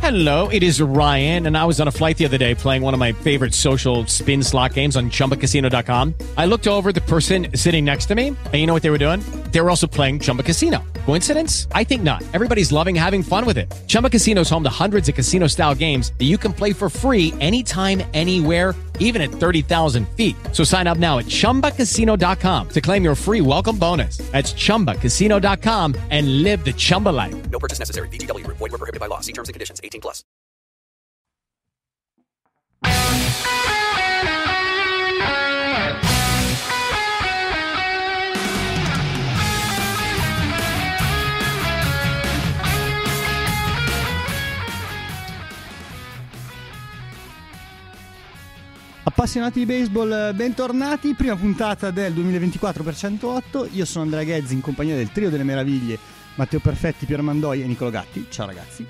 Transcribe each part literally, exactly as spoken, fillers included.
Hello, it is Ryan, and I was on a flight the other day playing one of my favorite social spin slot games on Chumba Casino dot com. I looked over at the person sitting next to me, and you know what they were doing? They were also playing Chumba Casino. Coincidence? I think not. Everybody's loving having fun with it. Chumba Casino is home to hundreds of casino-style games that you can play for free anytime, anywhere, even at thirty thousand feet. So sign up now at Chumba Casino dot com to claim your free welcome bonus. That's Chumba Casino dot com and live the Chumba life. No purchase necessary. V G W. Void where prohibited by law. See terms and conditions. eighteen plus. Appassionati di baseball, bentornati, prima puntata del duemilaventiquattro per centootto. Io sono Andrea Ghezzi in compagnia del trio delle meraviglie Matteo Perfetti, Piero Mandoi e Nicolo Gatti. Ciao ragazzi.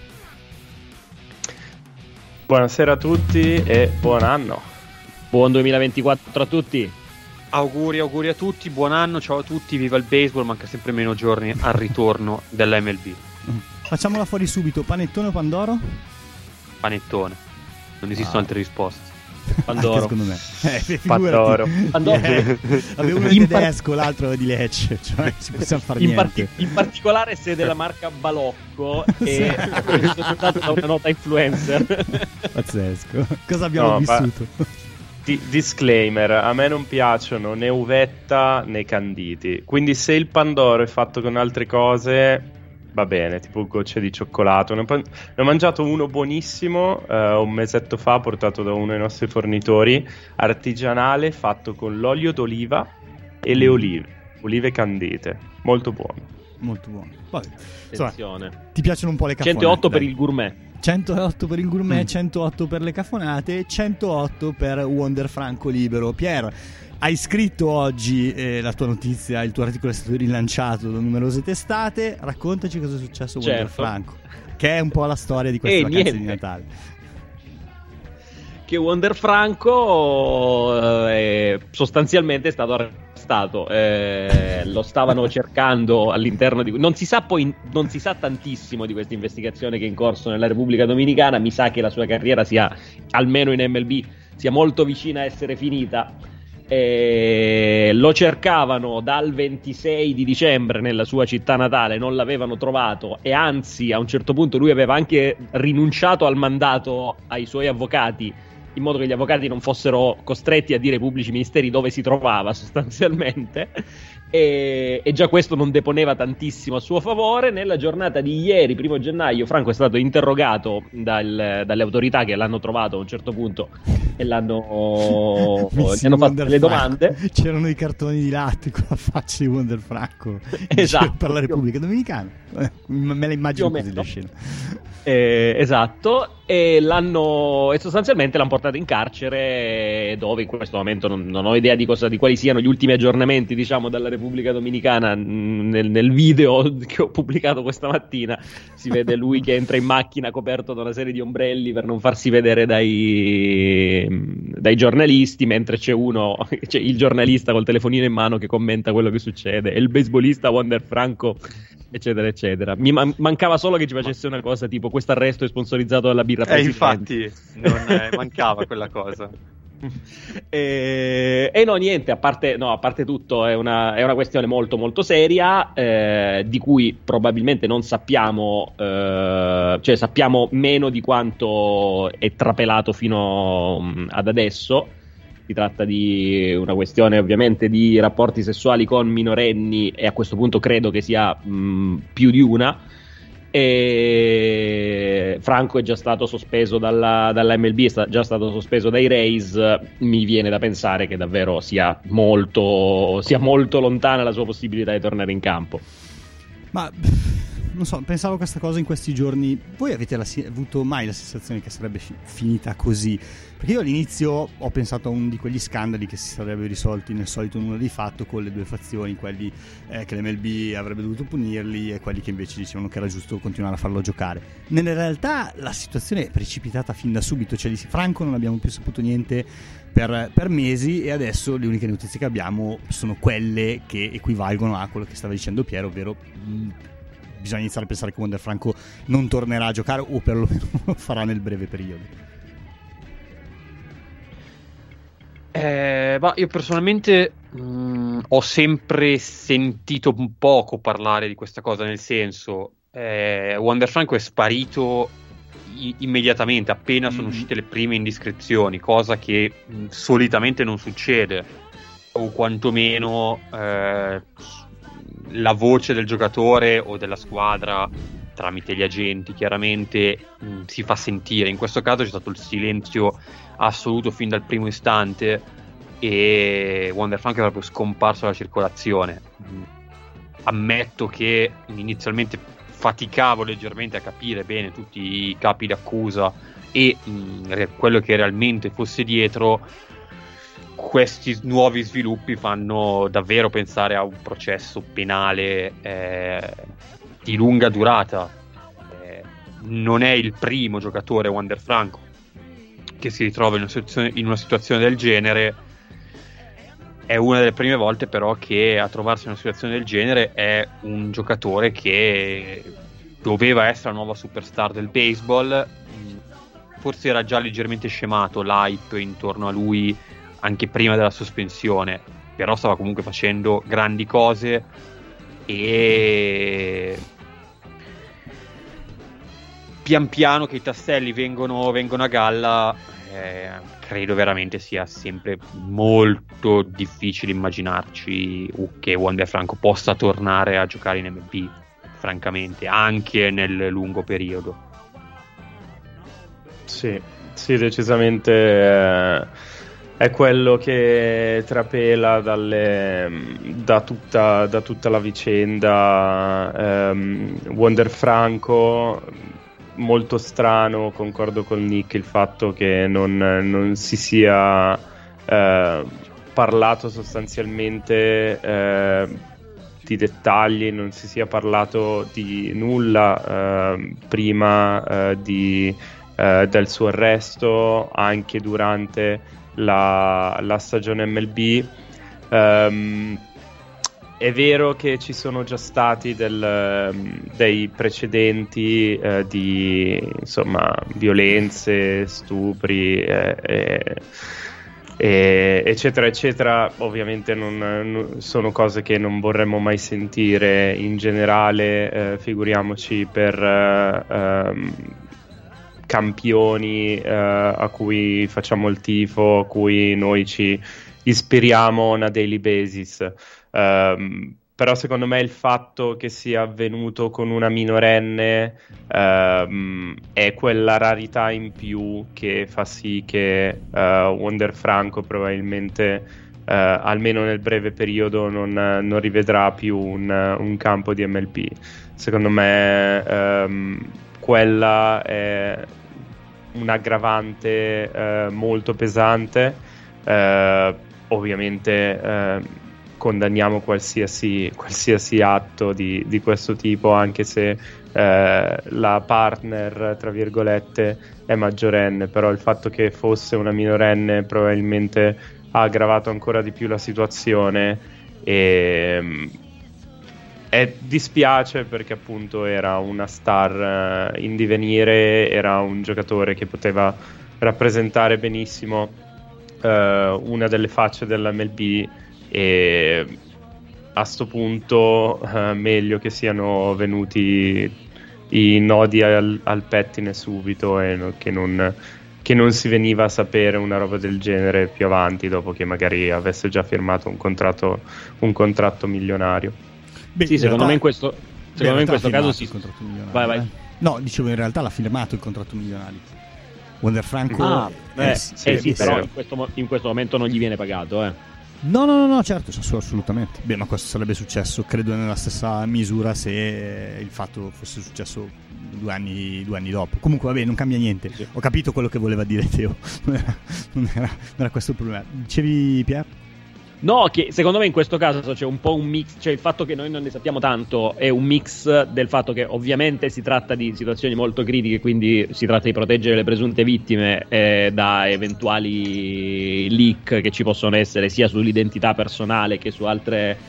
Buonasera a tutti e buon anno. Buon duemilaventiquattro a tutti. Auguri, auguri a tutti, buon anno, ciao a tutti, viva il baseball, manca sempre meno giorni al ritorno dell'M L B. Facciamola fuori subito, panettone o Pandoro? Panettone, non esistono ah. altre risposte. Pandoro. Secondo me. Eh, Pandoro. Pandoro. Eh, avevo uno in tedesco, par- l'altro di Lecce, cioè ci possiamo fare in, niente. Parti- in particolare se della marca Balocco e risultato da una nota influencer. Pazzesco. Cosa abbiamo no, vissuto? Ma... D- disclaimer, a me non piacciono né uvetta né canditi. Quindi se il Pandoro è fatto con altre cose va bene, tipo gocce di cioccolato. Ne ho, ne ho mangiato uno buonissimo uh, un mesetto fa, portato da uno dei nostri fornitori, artigianale, fatto con l'olio d'oliva e le olive, olive candite, molto buono. Molto buono. Vabbè. Attenzione. Insomma, ti piacciono un po' le cafonate? centootto dai. Per il gourmet. centootto per il gourmet, mm. centootto per le cafonate, centootto per Wonder Franco libero. Pier, hai scritto oggi eh, la tua notizia, il tuo articolo è stato rilanciato da numerose testate. Raccontaci cosa è successo a certo. Wonder Franco, che è un po' la storia di queste e vacanze niente. di Natale. Che Wonder Franco eh, sostanzialmente è stato arrestato, eh, lo stavano cercando all'interno di... Non si sa poi, non si sa tantissimo di questa investigazione che è in corso nella Repubblica Dominicana. Mi sa che la sua carriera sia, almeno in M L B, sia molto vicina a essere finita. Eh, lo cercavano dal ventisei di dicembre nella sua città natale, non l'avevano trovato e anzi a un certo punto lui aveva anche rinunciato al mandato ai suoi avvocati, in modo che gli avvocati non fossero costretti a dire ai pubblici ministeri dove si trovava sostanzialmente, e, e già questo non deponeva tantissimo a suo favore. Nella giornata di ieri, primo gennaio, Franco è stato interrogato dal, dalle autorità che l'hanno trovato a un certo punto e l'hanno gli hanno fatto le domande. C'erano i cartoni di latte con la faccia di Wonder Franco esatto, per la Repubblica Dominicana. Me la immagino così la scena. Eh, esatto, e l'hanno e sostanzialmente l'hanno portato in carcere, dove in questo momento non, non ho idea di cosa, di quali siano gli ultimi aggiornamenti, diciamo, dalla Repubblica Dominicana. Nel, nel video che ho pubblicato questa mattina si vede lui che entra in macchina coperto da una serie di ombrelli per non farsi vedere dai, dai giornalisti, mentre c'è uno, c'è il giornalista col telefonino in mano che commenta quello che succede, e il baseballista Wonder Franco, eccetera eccetera. Mi man- mancava solo che ci facesse una cosa tipo: questo arresto è sponsorizzato dalla birra eh Presidente. infatti non eh, mancava quella cosa. E, e no, niente, a parte, no, a parte tutto, è una, è una questione molto molto seria, eh, di cui probabilmente non sappiamo, eh, cioè sappiamo meno di quanto è trapelato fino ad adesso. Si tratta di una questione ovviamente di rapporti sessuali con minorenni, e a questo punto credo che sia mh, più di una. E Franco è già stato sospeso dalla, dalla M L B, è già stato sospeso dai Rays. Mi viene da pensare che davvero sia molto, sia molto lontana la sua possibilità di tornare in campo. Ma non so, pensavo a questa cosa in questi giorni. Voi avete la, avuto mai la sensazione che sarebbe fi- finita così? Perché io all'inizio ho pensato a uno di quegli scandali che si sarebbero risolti nel solito nulla di fatto, con le due fazioni, quelli eh, che l'M L B avrebbe dovuto punirli e quelli che invece dicevano che era giusto continuare a farlo giocare. Nella realtà la situazione è precipitata fin da subito, cioè di Franco non abbiamo più saputo niente per, per mesi, e adesso le uniche notizie che abbiamo sono quelle che equivalgono a quello che stava dicendo Piero, ovvero mh, bisogna iniziare a pensare che Wander Franco non tornerà a giocare o perlomeno lo farà nel breve periodo? Eh, bah, io personalmente mh, ho sempre sentito un poco parlare di questa cosa, nel senso eh, Wander Franco è sparito i- immediatamente appena sono Mm. uscite le prime indiscrezioni, cosa che mh, solitamente non succede, o quantomeno eh, la voce del giocatore o della squadra tramite gli agenti chiaramente mh, si fa sentire. In questo caso c'è stato il silenzio assoluto fin dal primo istante e Wander Franco è proprio scomparso dalla circolazione. Mm. Ammetto che inizialmente faticavo leggermente a capire bene tutti i capi d'accusa e mh, quello che realmente fosse dietro. Questi nuovi sviluppi fanno davvero pensare a un processo penale eh, di lunga durata. Eh, non è il primo giocatore Wander Franco che si ritrova in una situazione, in una situazione del genere. È una delle prime volte però che a trovarsi in una situazione del genere è un giocatore che doveva essere la nuova superstar del baseball. Forse era già leggermente scemato l'hype intorno a lui anche prima della sospensione, però stava comunque facendo grandi cose e pian piano che i tasselli vengono, vengono a galla, eh, credo veramente sia sempre molto difficile immaginarci che Wander Franco possa tornare a giocare in M L B, francamente, anche nel lungo periodo. Sì, sì, decisamente eh, è quello che trapela dalle, da, tutta, da tutta la vicenda. ehm, Wander Franco, molto strano, concordo con Nick, il fatto che non, non si sia eh, parlato sostanzialmente eh, di dettagli, non si sia parlato di nulla eh, prima eh, di, eh, del suo arresto, anche durante la, la stagione M L B. Um, È vero che ci sono già stati del, dei precedenti eh, di insomma violenze, stupri, eh, eh, eh, eccetera, eccetera. Ovviamente non, non, sono cose che non vorremmo mai sentire in generale, eh, figuriamoci per eh, um, campioni eh, a cui facciamo il tifo, a cui noi ci ispiriamo on a daily basis. Um, però secondo me il fatto che sia avvenuto con una minorenne um, è quella rarità in più che fa sì che uh, Wander Franco probabilmente uh, almeno nel breve periodo non, non rivedrà più un, un campo di M L B. Secondo me um, quella è un aggravante uh, molto pesante. Uh, ovviamente uh, condanniamo qualsiasi, qualsiasi atto di, di questo tipo, anche se eh, la partner, tra virgolette, è maggiorenne, però il fatto che fosse una minorenne probabilmente ha aggravato ancora di più la situazione e è, dispiace perché appunto era una star in divenire, era un giocatore che poteva rappresentare benissimo eh, una delle facce dell'M L B e a sto punto eh, meglio che siano venuti i nodi al, al pettine subito e no, che, non, che non si veniva a sapere una roba del genere più avanti, dopo che magari avesse già firmato un contratto, un contratto milionario. Beh, Sì, secondo realtà, me in questo, beh, secondo me in in questo caso si... si... il contratto milionario. Vai, vai. eh. No, dicevo, in realtà l'ha firmato il contratto milionario. Wander Franco... Ah, eh, eh, sì, eh sì, sì, però sì. in questo, mo- in questo momento non gli viene pagato, eh. No, no, no, no, certo, assolutamente. Beh, ma questo sarebbe successo, credo, nella stessa misura se il fatto fosse successo due anni, due anni dopo. Comunque, vabbè, non cambia niente. Sì. Ho capito quello che voleva dire Teo. Non era, non era, non era questo il problema. Dicevi, Pier? No, che secondo me in questo caso c'è un po' un mix, cioè il fatto che noi non ne sappiamo tanto è un mix del fatto che ovviamente si tratta di situazioni molto critiche, quindi si tratta di proteggere le presunte vittime eh, da eventuali leak che ci possono essere sia sull'identità personale che su altre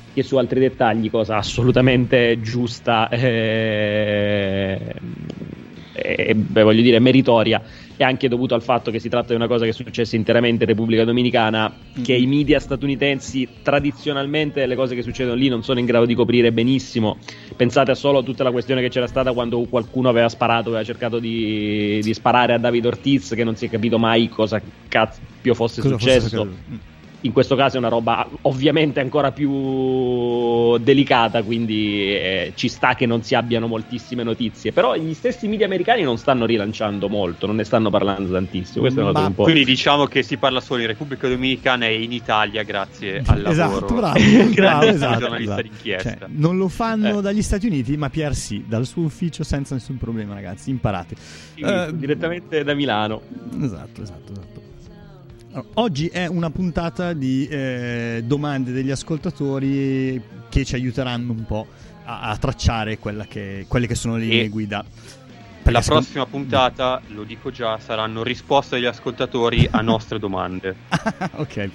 che su altri dettagli, cosa assolutamente giusta e, e beh, voglio dire meritoria, è anche dovuto al fatto che si tratta di una cosa che è successa interamente in Repubblica Dominicana, mm. che i media statunitensi tradizionalmente le cose che succedono lì non sono in grado di coprire benissimo. Pensate solo a tutta la questione che c'era stata quando qualcuno aveva sparato, aveva cercato di, di sparare a David Ortiz, che non si è capito mai cosa cazzo fosse cosa successo fosse in questo caso è una roba ovviamente ancora più delicata, quindi eh, ci sta che non si abbiano moltissime notizie, però gli stessi media americani non stanno rilanciando molto, non ne stanno parlando tantissimo. Questo è una cosa un po'... Quindi diciamo che si parla solo in Repubblica Dominicana e in Italia grazie al esatto, lavoro bravo, bravo, esatto, giornalista esatto. d'inchiesta. Cioè, non lo fanno eh. dagli Stati Uniti, ma Pier sì, dal suo ufficio senza nessun problema, ragazzi, imparate. Sì, uh, direttamente da Milano. Esatto, esatto, esatto. Oggi è una puntata di eh, domande degli ascoltatori che ci aiuteranno un po' a, a tracciare quella che, quelle che sono le linee e guida. La prossima puntata, lo dico già, saranno risposte degli ascoltatori a nostre domande. Ok.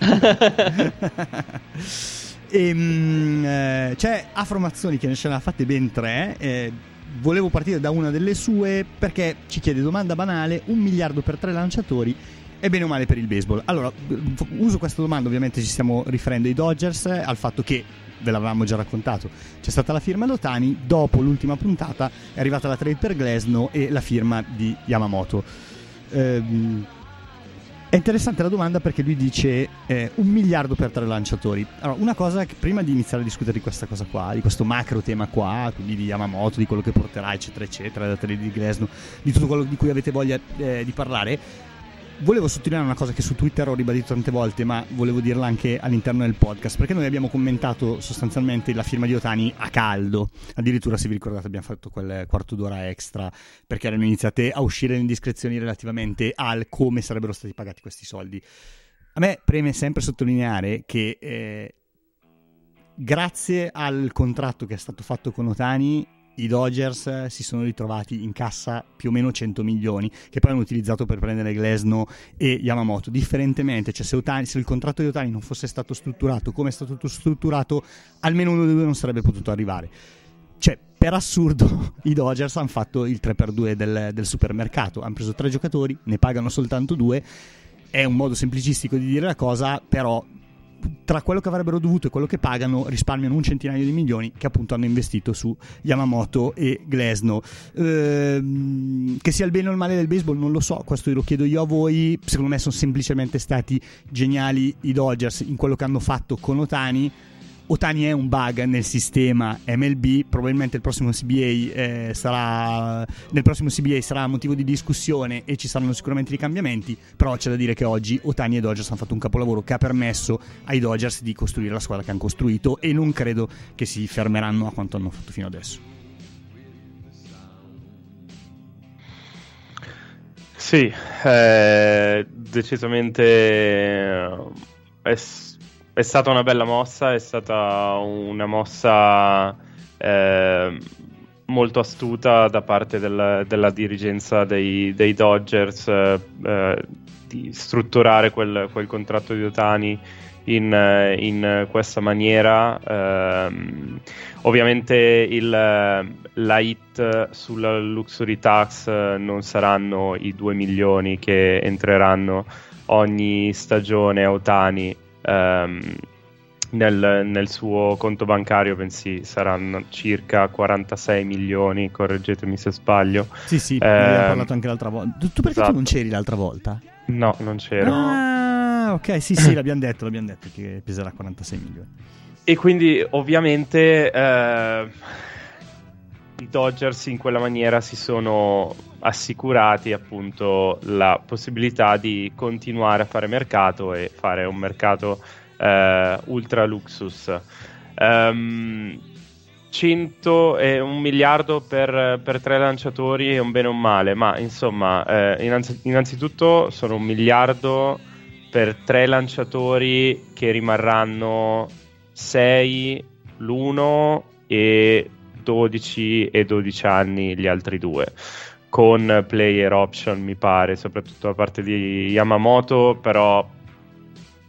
e, mh, eh, c'è Afromazzoni che ne ce ne ha fatte ben tre. Eh, volevo partire da una delle sue perché ci chiede domanda banale: un miliardo per tre lanciatori è bene o male per il baseball? Allora, uso questa domanda, ovviamente ci stiamo riferendo ai Dodgers, al fatto che, ve l'avevamo già raccontato, c'è stata la firma d'Ohtani, dopo l'ultima puntata è arrivata la trade per Glasnow e la firma di Yamamoto. Ehm, è interessante la domanda perché lui dice eh, un miliardo per tre lanciatori. Allora, una cosa che prima di iniziare a discutere di questa cosa qua, di questo macro tema qua, quindi di Yamamoto, di quello che porterà, eccetera, eccetera, della trade di Glasnow, di tutto quello di cui avete voglia eh, di parlare, volevo sottolineare una cosa che su Twitter ho ribadito tante volte, ma volevo dirla anche all'interno del podcast, perché noi abbiamo commentato sostanzialmente la firma di Ohtani a caldo. Addirittura, se vi ricordate, abbiamo fatto quel quarto d'ora extra perché erano iniziate a uscire le indiscrezioni relativamente al come sarebbero stati pagati questi soldi. A me preme sempre sottolineare che eh, grazie al contratto che è stato fatto con Ohtani, i Dodgers si sono ritrovati in cassa più o meno cento milioni, che poi hanno utilizzato per prendere Glasnow e Yamamoto. Differentemente, cioè se, Ohtani, se il contratto di Ohtani non fosse stato strutturato come è stato strutturato, almeno uno dei due non sarebbe potuto arrivare. Cioè, per assurdo, i Dodgers hanno fatto il tre per due del, del supermercato, hanno preso tre giocatori, ne pagano soltanto due. È un modo semplicistico di dire la cosa, però tra quello che avrebbero dovuto e quello che pagano risparmiano un centinaio di milioni che appunto hanno investito su Yamamoto e Glasnow. Ehm, che sia il bene o il male del baseball non lo so, questo lo chiedo io a voi. Secondo me sono semplicemente stati geniali i Dodgers in quello che hanno fatto con Ohtani. Ohtani è un bug nel sistema M L B, probabilmente il prossimo C B A eh, sarà nel prossimo C B A sarà motivo di discussione e ci saranno sicuramente dei cambiamenti, però c'è da dire che oggi Ohtani e i Dodgers hanno fatto un capolavoro che ha permesso ai Dodgers di costruire la squadra che hanno costruito e non credo che si fermeranno a quanto hanno fatto fino adesso. Sì, eh, decisamente è È stata una bella mossa, è stata una mossa eh, molto astuta da parte del, della dirigenza dei, dei Dodgers eh, di strutturare quel, quel contratto di Ohtani in, in questa maniera. Eh, ovviamente il, la hit sulla luxury tax non saranno i due milioni che entreranno ogni stagione a Ohtani Um, nel, nel suo conto bancario, bensì saranno circa quarantasei milioni, correggetemi se sbaglio. Sì, sì, eh, ne abbiamo parlato anche l'altra volta. Tu perché esatto. tu non c'eri l'altra volta? No, non c'ero. Ah, ok, sì, sì, l'abbiamo detto, l'abbiamo detto che peserà quarantasei milioni. E quindi ovviamente eh, i Dodgers in quella maniera si sono assicurati appunto la possibilità di continuare a fare mercato e fare un mercato eh, ultra luxus. Um, cento e un miliardo per, per tre lanciatori è un bene o un male, ma insomma eh, innanzi, innanzitutto sono un miliardo per tre lanciatori che rimarranno sei l'uno e dodici e dodici anni gli altri due, con player option mi pare, soprattutto da parte di Yamamoto, però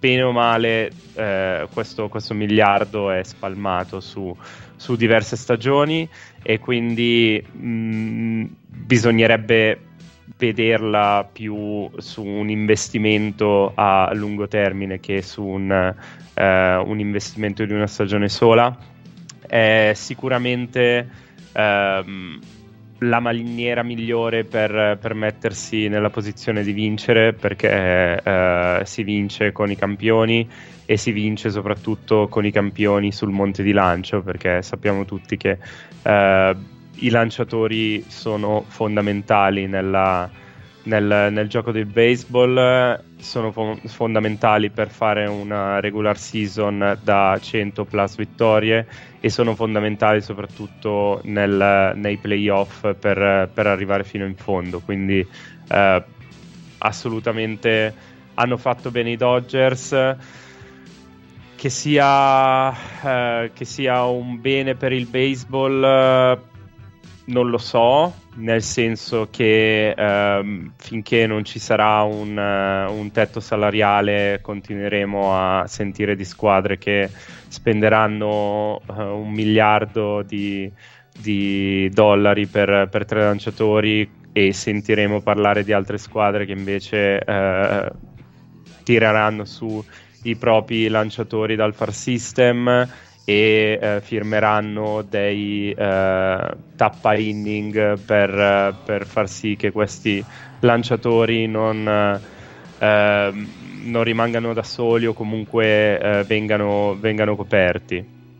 bene o male eh, questo, questo miliardo è spalmato su, su diverse stagioni, e quindi mh, bisognerebbe vederla più su un investimento a lungo termine che su un, eh, un investimento di una stagione sola. È sicuramente ehm, la maniera migliore per, per mettersi nella posizione di vincere, perché eh, si vince con i campioni, e si vince soprattutto con i campioni sul monte di lancio, perché sappiamo tutti che eh, i lanciatori sono fondamentali nella, nel, nel gioco del baseball, sono fo- fondamentali per fare una regular season da cento plus vittorie, e sono fondamentali soprattutto nel, nei playoff per, per arrivare fino in fondo. Quindi eh, assolutamente hanno fatto bene i Dodgers. Che sia, eh, che sia un bene per il baseball, eh, non lo so, nel senso che ehm, finché non ci sarà un, uh, un tetto salariale continueremo a sentire di squadre che spenderanno uh, un miliardo di, di dollari per, per tre lanciatori, e sentiremo parlare di altre squadre che invece uh, tireranno su i propri lanciatori dal far system e eh, firmeranno dei eh, tappa inning per, per far sì che questi lanciatori non, eh, non rimangano da soli, o comunque eh, vengano, vengano coperti.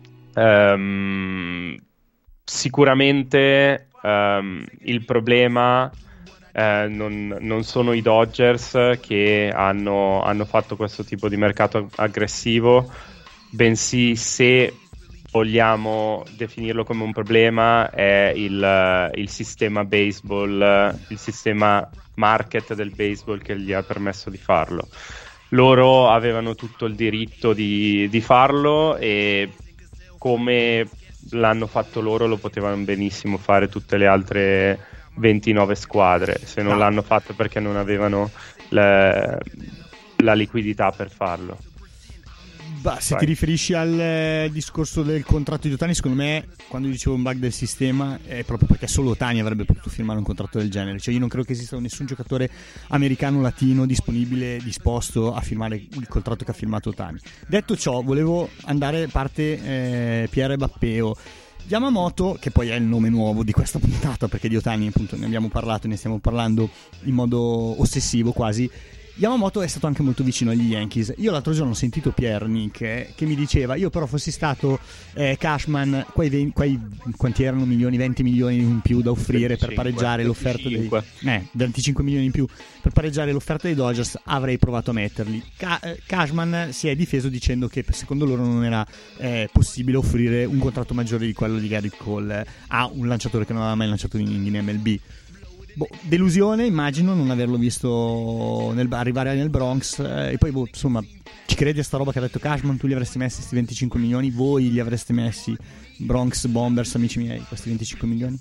Um, sicuramente um, il problema Eh, non, non sono i Dodgers che hanno, hanno fatto questo tipo di mercato aggressivo, bensì, se vogliamo definirlo come un problema, è il, il sistema baseball, il sistema market del baseball che gli ha permesso di farlo. Loro avevano tutto il diritto di, di farlo, e come l'hanno fatto loro lo potevano benissimo fare tutte le altre ventinove squadre, se non no. l'hanno fatto perché non avevano le, la liquidità per farlo. Bah, se Vai. ti riferisci al eh, discorso del contratto di Ohtani, secondo me, quando dicevo un bug del sistema, è proprio perché solo Ohtani avrebbe potuto firmare un contratto del genere. Cioè, io non credo che esista nessun giocatore americano latino disponibile, disposto a firmare il contratto che ha firmato Ohtani. Detto ciò, volevo andare a parte eh, Pierre Bappeo. Yamamoto, che poi è il nome nuovo di questa puntata, perché di Ohtani appunto ne abbiamo parlato, ne stiamo parlando in modo ossessivo quasi. Yamamoto è stato anche molto vicino agli Yankees. Io l'altro giorno ho sentito Pierre Nick eh, che mi diceva: io però fossi stato eh, Cashman, quei, ve- quei quanti erano milioni, venti milioni in più da offrire venticinque, per pareggiare l'offerta dei eh, venticinque milioni in più per pareggiare l'offerta dei Dodgers, avrei provato a metterli. Ca- eh, Cashman si è difeso dicendo che secondo loro non era eh, possibile offrire un contratto maggiore di quello di Garrett Cole eh, a un lanciatore che non aveva mai lanciato in, in M L B. Boh, delusione, immagino, non averlo visto nel, arrivare nel Bronx, eh, e poi boh, insomma, ci credi a sta roba che ha detto Cashman? Tu li avresti messi questi venticinque milioni? Voi li avreste messi, Bronx Bombers, amici miei, questi venticinque milioni?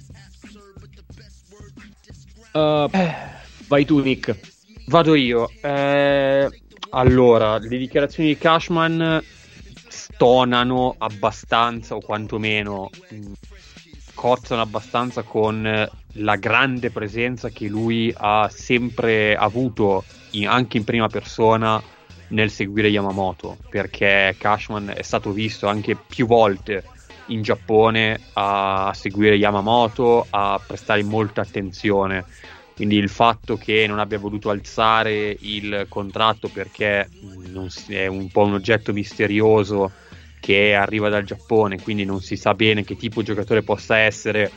Uh, vai tu, Nick. Vado io. Eh, allora, le dichiarazioni di Cashman stonano abbastanza, o quantomeno mh, cozzano abbastanza con la grande presenza che lui ha sempre avuto in, anche in prima persona nel seguire Yamamoto, perché Cashman è stato visto anche più volte in Giappone a seguire Yamamoto, a prestare molta attenzione. Quindi il fatto che non abbia voluto alzare il contratto perché non si, è un po' un oggetto misterioso che arriva dal Giappone, quindi non si sa bene che tipo di giocatore possa essere,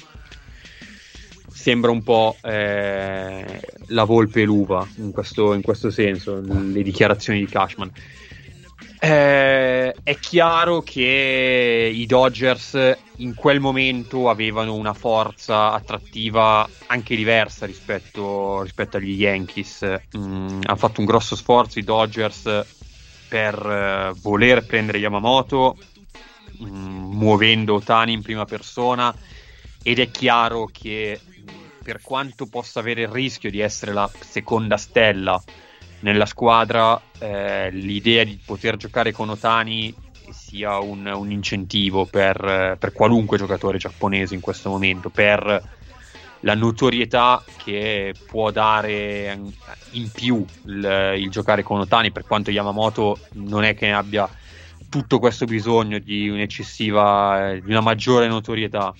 sembra un po' eh, la volpe e l'uva in questo, in questo senso, le dichiarazioni di Cashman. Eh, è chiaro che i Dodgers in quel momento avevano una forza attrattiva anche diversa rispetto, rispetto agli Yankees. Mm, hanno fatto un grosso sforzo i Dodgers per uh, voler prendere Yamamoto, mh, muovendo Ohtani in prima persona, ed è chiaro che per quanto possa avere il rischio di essere la seconda stella nella squadra, eh, l'idea di poter giocare con Ohtani sia un, un incentivo per, per qualunque giocatore giapponese in questo momento, per la notorietà che può dare in più il, il giocare con Ohtani, per quanto Yamamoto non è che ne abbia tutto questo bisogno di un'eccessiva, di una maggiore notorietà.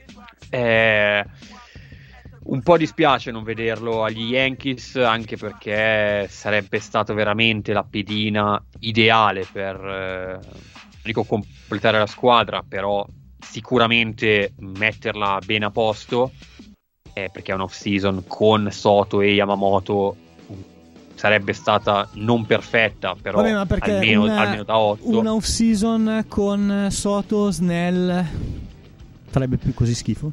Eh, un po' dispiace non vederlo agli Yankees, anche perché sarebbe stato veramente la pedina ideale per, eh, dico completare la squadra, però sicuramente metterla bene a posto, eh, perché è un off season con Soto e Yamamoto sarebbe stata non perfetta, però Vabbè, ma perché almeno, una, almeno da otto. una off season con Soto, Snell farebbe più così schifo?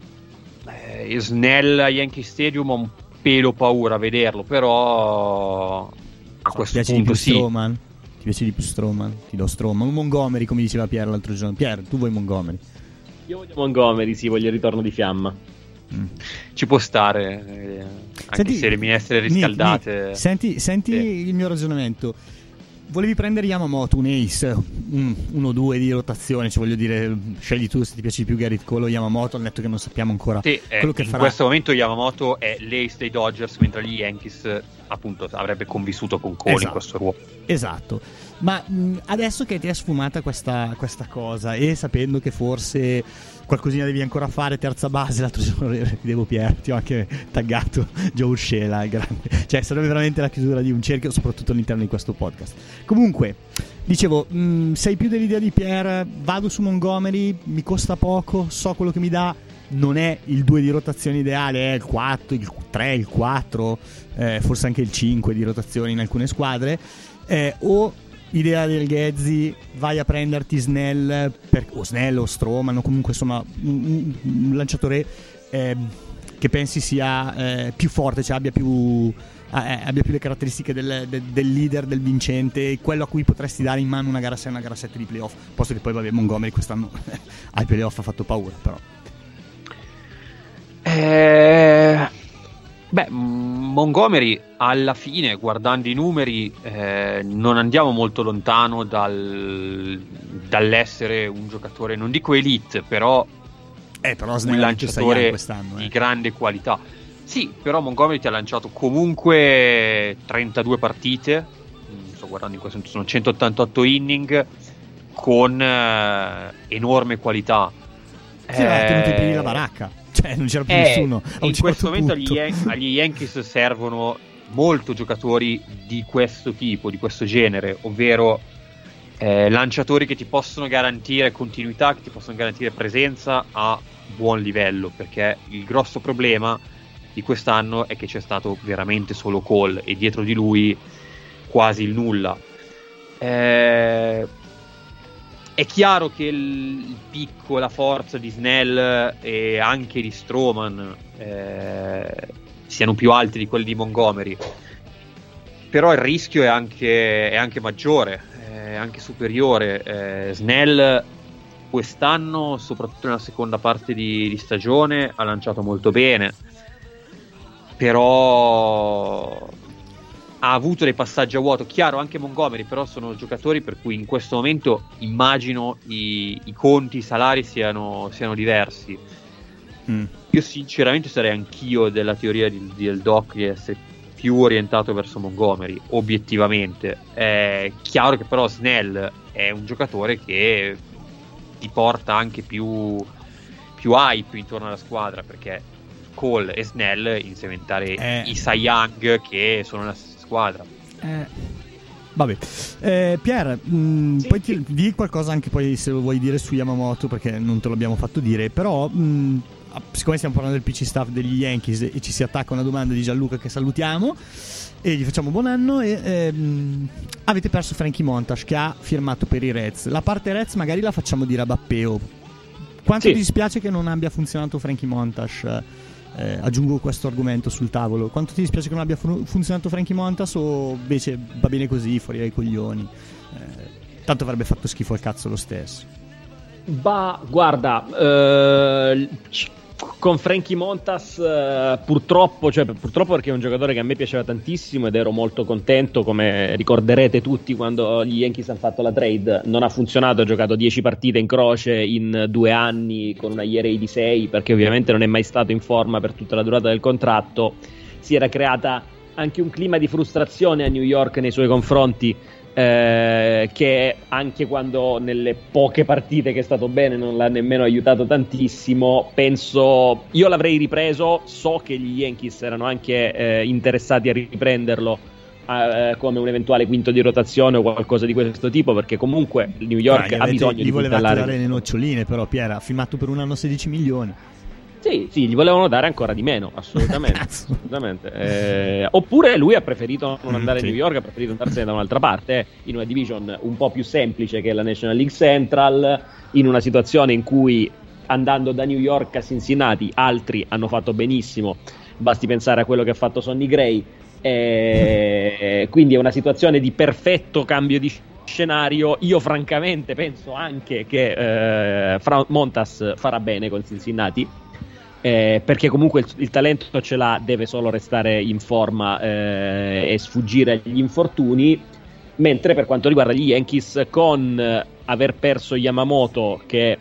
Eh, Snell a Yankee Stadium ho un pelo paura a vederlo, però a Ti questo piace di punto più sì. Stroman? Ti piace di più Stroman? Ti do Stroman. Montgomery, come diceva Pier l'altro giorno. Pier, tu vuoi Montgomery? Io voglio Montgomery, sì, voglio il ritorno di fiamma. Mm. Ci può stare, eh, anche Senti, se le minestre Nick, riscaldate. Nick, senti senti Sì. il mio ragionamento. Volevi prendere Yamamoto, un ace, un, uno o due di rotazione, cioè voglio dire, scegli tu se ti piace di più Garrett Cole o Yamamoto, al netto che non sappiamo ancora Sì, eh, quello che in farà. questo momento Yamamoto è l'ace dei Dodgers, mentre gli Yankees appunto avrebbe convissuto con Cole Esatto. in questo ruolo. Esatto, ma mh, adesso che ti è sfumata questa, questa cosa e sapendo che forse qualcosina devi ancora fare, terza base, l'altro giorno vedevo Pier, ti ho anche taggato Joe Urshela, il grande, cioè sarebbe veramente la chiusura di un cerchio, soprattutto all'interno di questo podcast. Comunque, dicevo, mh, sei più dell'idea di Pier, vado su Montgomery, mi costa poco, so quello che mi dà, non è il due di rotazione ideale, è il quattro, il tre, il quattro, eh, forse anche il cinque di rotazione in alcune squadre, eh, o idea del Ghezzi, vai a prenderti Snell per, o Snell o Stroman o comunque insomma un, un lanciatore eh, che pensi sia eh, più forte, cioè abbia più eh, abbia più le caratteristiche del, del, del leader, del vincente, quello a cui potresti dare in mano una gara sei, una gara sette di playoff, posto che poi vabbè Montgomery quest'anno ai playoff ha fatto paura, però Eh, beh, Montgomery alla fine, guardando i numeri, eh, non andiamo molto lontano dal, dall'essere un giocatore, non dico elite, però eh, però un Snell ha vinto sei anni lanciatore quest'anno, eh. di grande qualità. Sì, però Montgomery ti ha lanciato comunque trentadue partite, sto guardando in questo momento, sono centottantotto inning con eh, enorme qualità. Sì, ha tenuto in piedi Eh, la baracca, cioè non c'era più eh, nessuno a un in certo questo momento agli, punto. Yan- agli Yankees servono molto giocatori di questo tipo, di questo genere, ovvero eh, lanciatori che ti possono garantire continuità, che ti possono garantire presenza a buon livello, perché il grosso problema di quest'anno è che c'è stato veramente solo Cole e dietro di lui quasi il nulla. Eh, È chiaro che il picco, la forza di Snell e anche di Stroman eh, siano più alti di quelli di Montgomery, però il rischio è anche, è anche maggiore, è anche superiore. Eh, Snell quest'anno, soprattutto nella seconda parte di, di stagione, ha lanciato molto bene, però ha avuto dei passaggi a vuoto, chiaro anche Montgomery, però sono giocatori per cui in questo momento immagino i, i conti, i salari siano, siano diversi. Mm. Io sinceramente sarei anch'io della teoria di, di del Doc di essere più orientato verso Montgomery, obiettivamente. È chiaro che però Snell è un giocatore che ti porta anche più, più hype intorno alla squadra, perché Cole e Snell in sementare Eh. i Cy Young che sono la stessa squadra. Eh, vabbè, eh, Pier, mh, Sì, poi sì. ti di qualcosa anche poi se lo vuoi dire su Yamamoto, perché non te l'abbiamo fatto dire, però mh, siccome stiamo parlando del P C staff degli Yankees e ci si attacca a una domanda di Gianluca che salutiamo e gli facciamo buon anno, e ehm, avete perso Frankie Montas che ha firmato per i Reds. La parte Reds magari la facciamo dire a Bappeo. Quanto Sì. ti dispiace che non abbia funzionato Frankie Montas? Eh, aggiungo questo argomento sul tavolo. Quanto ti dispiace che non abbia fun- funzionato Frankie Montas, o invece va bene così, fuori dai coglioni? Eh, tanto avrebbe fatto schifo al cazzo lo stesso. Bah, guarda, eh, c- con Frankie Montas uh, purtroppo, cioè purtroppo perché è un giocatore che a me piaceva tantissimo ed ero molto contento, come ricorderete tutti quando gli Yankees hanno fatto la trade. Non ha funzionato, ha giocato dieci partite in croce in due anni con una E R A di sei, perché ovviamente non è mai stato in forma per tutta la durata del contratto. Si era creata anche un clima di frustrazione a New York nei suoi confronti, Eh, che anche quando nelle poche partite che è stato bene non l'ha nemmeno aiutato tantissimo. Penso, io l'avrei ripreso, so che gli Yankees erano anche eh, interessati a riprenderlo eh, come un eventuale quinto di rotazione o qualcosa di questo tipo, perché comunque New York ah, ha bisogno gli di volevate puntellare. dare le noccioline, però Piera ha firmato per un anno sedici milioni. Sì, sì, gli volevano dare ancora di meno, assolutamente. assolutamente. Eh, oppure lui ha preferito non andare Mm, a sì. New York, ha preferito andarsene da un'altra parte, eh, in una division un po' più semplice che la National League Central, in una situazione in cui andando da New York a Cincinnati altri hanno fatto benissimo, basti pensare a quello che ha fatto Sonny Gray, eh, quindi è una situazione di perfetto cambio di scenario. Io francamente penso anche che eh, Fra- Montas farà bene con Cincinnati, Eh, perché comunque il, il talento ce l'ha, deve solo restare in forma eh, e sfuggire agli infortuni. Mentre per quanto riguarda gli Yankees, con eh, aver perso Yamamoto, che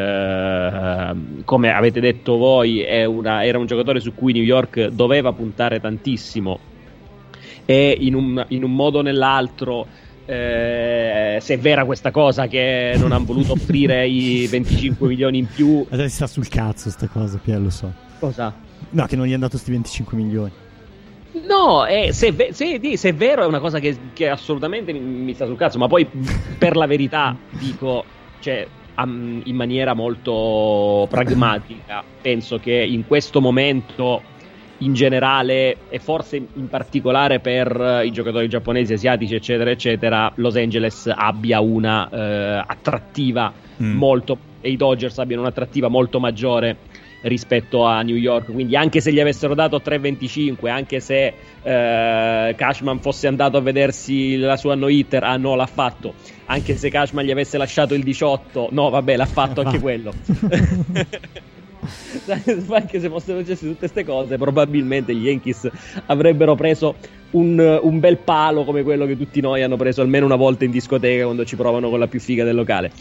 eh, come avete detto voi è una, era un giocatore su cui New York doveva puntare tantissimo, e in un, in un modo o nell'altro, Eh, se è vera questa cosa che non hanno voluto offrire i venticinque milioni in più. Adesso sta sul cazzo sta cosa, Pier, lo so. Cosa? No, che non gli hanno dato sti venticinque milioni. No, eh, se, è ve- se, se è vero è una cosa che, che assolutamente mi, mi sta sul cazzo, ma poi per la verità dico, cioè, am- in maniera molto pragmatica, penso che in questo momento in generale, e forse in particolare per i giocatori giapponesi, asiatici eccetera eccetera, Los Angeles abbia una eh, attrattiva Mm. molto, e i Dodgers abbiano un'attrattiva molto maggiore rispetto a New York. Quindi anche se gli avessero dato tre virgola venticinque, anche se eh, Cashman fosse andato a vedersi la sua no-hitter, ah no, l'ha fatto, anche se Cashman gli avesse lasciato il diciotto, no vabbè, l'ha fatto anche quello. Anche se fossero successe tutte queste cose, probabilmente gli Yankees avrebbero preso un, un bel palo come quello che tutti noi hanno preso almeno una volta in discoteca quando ci provano con la più figa del locale.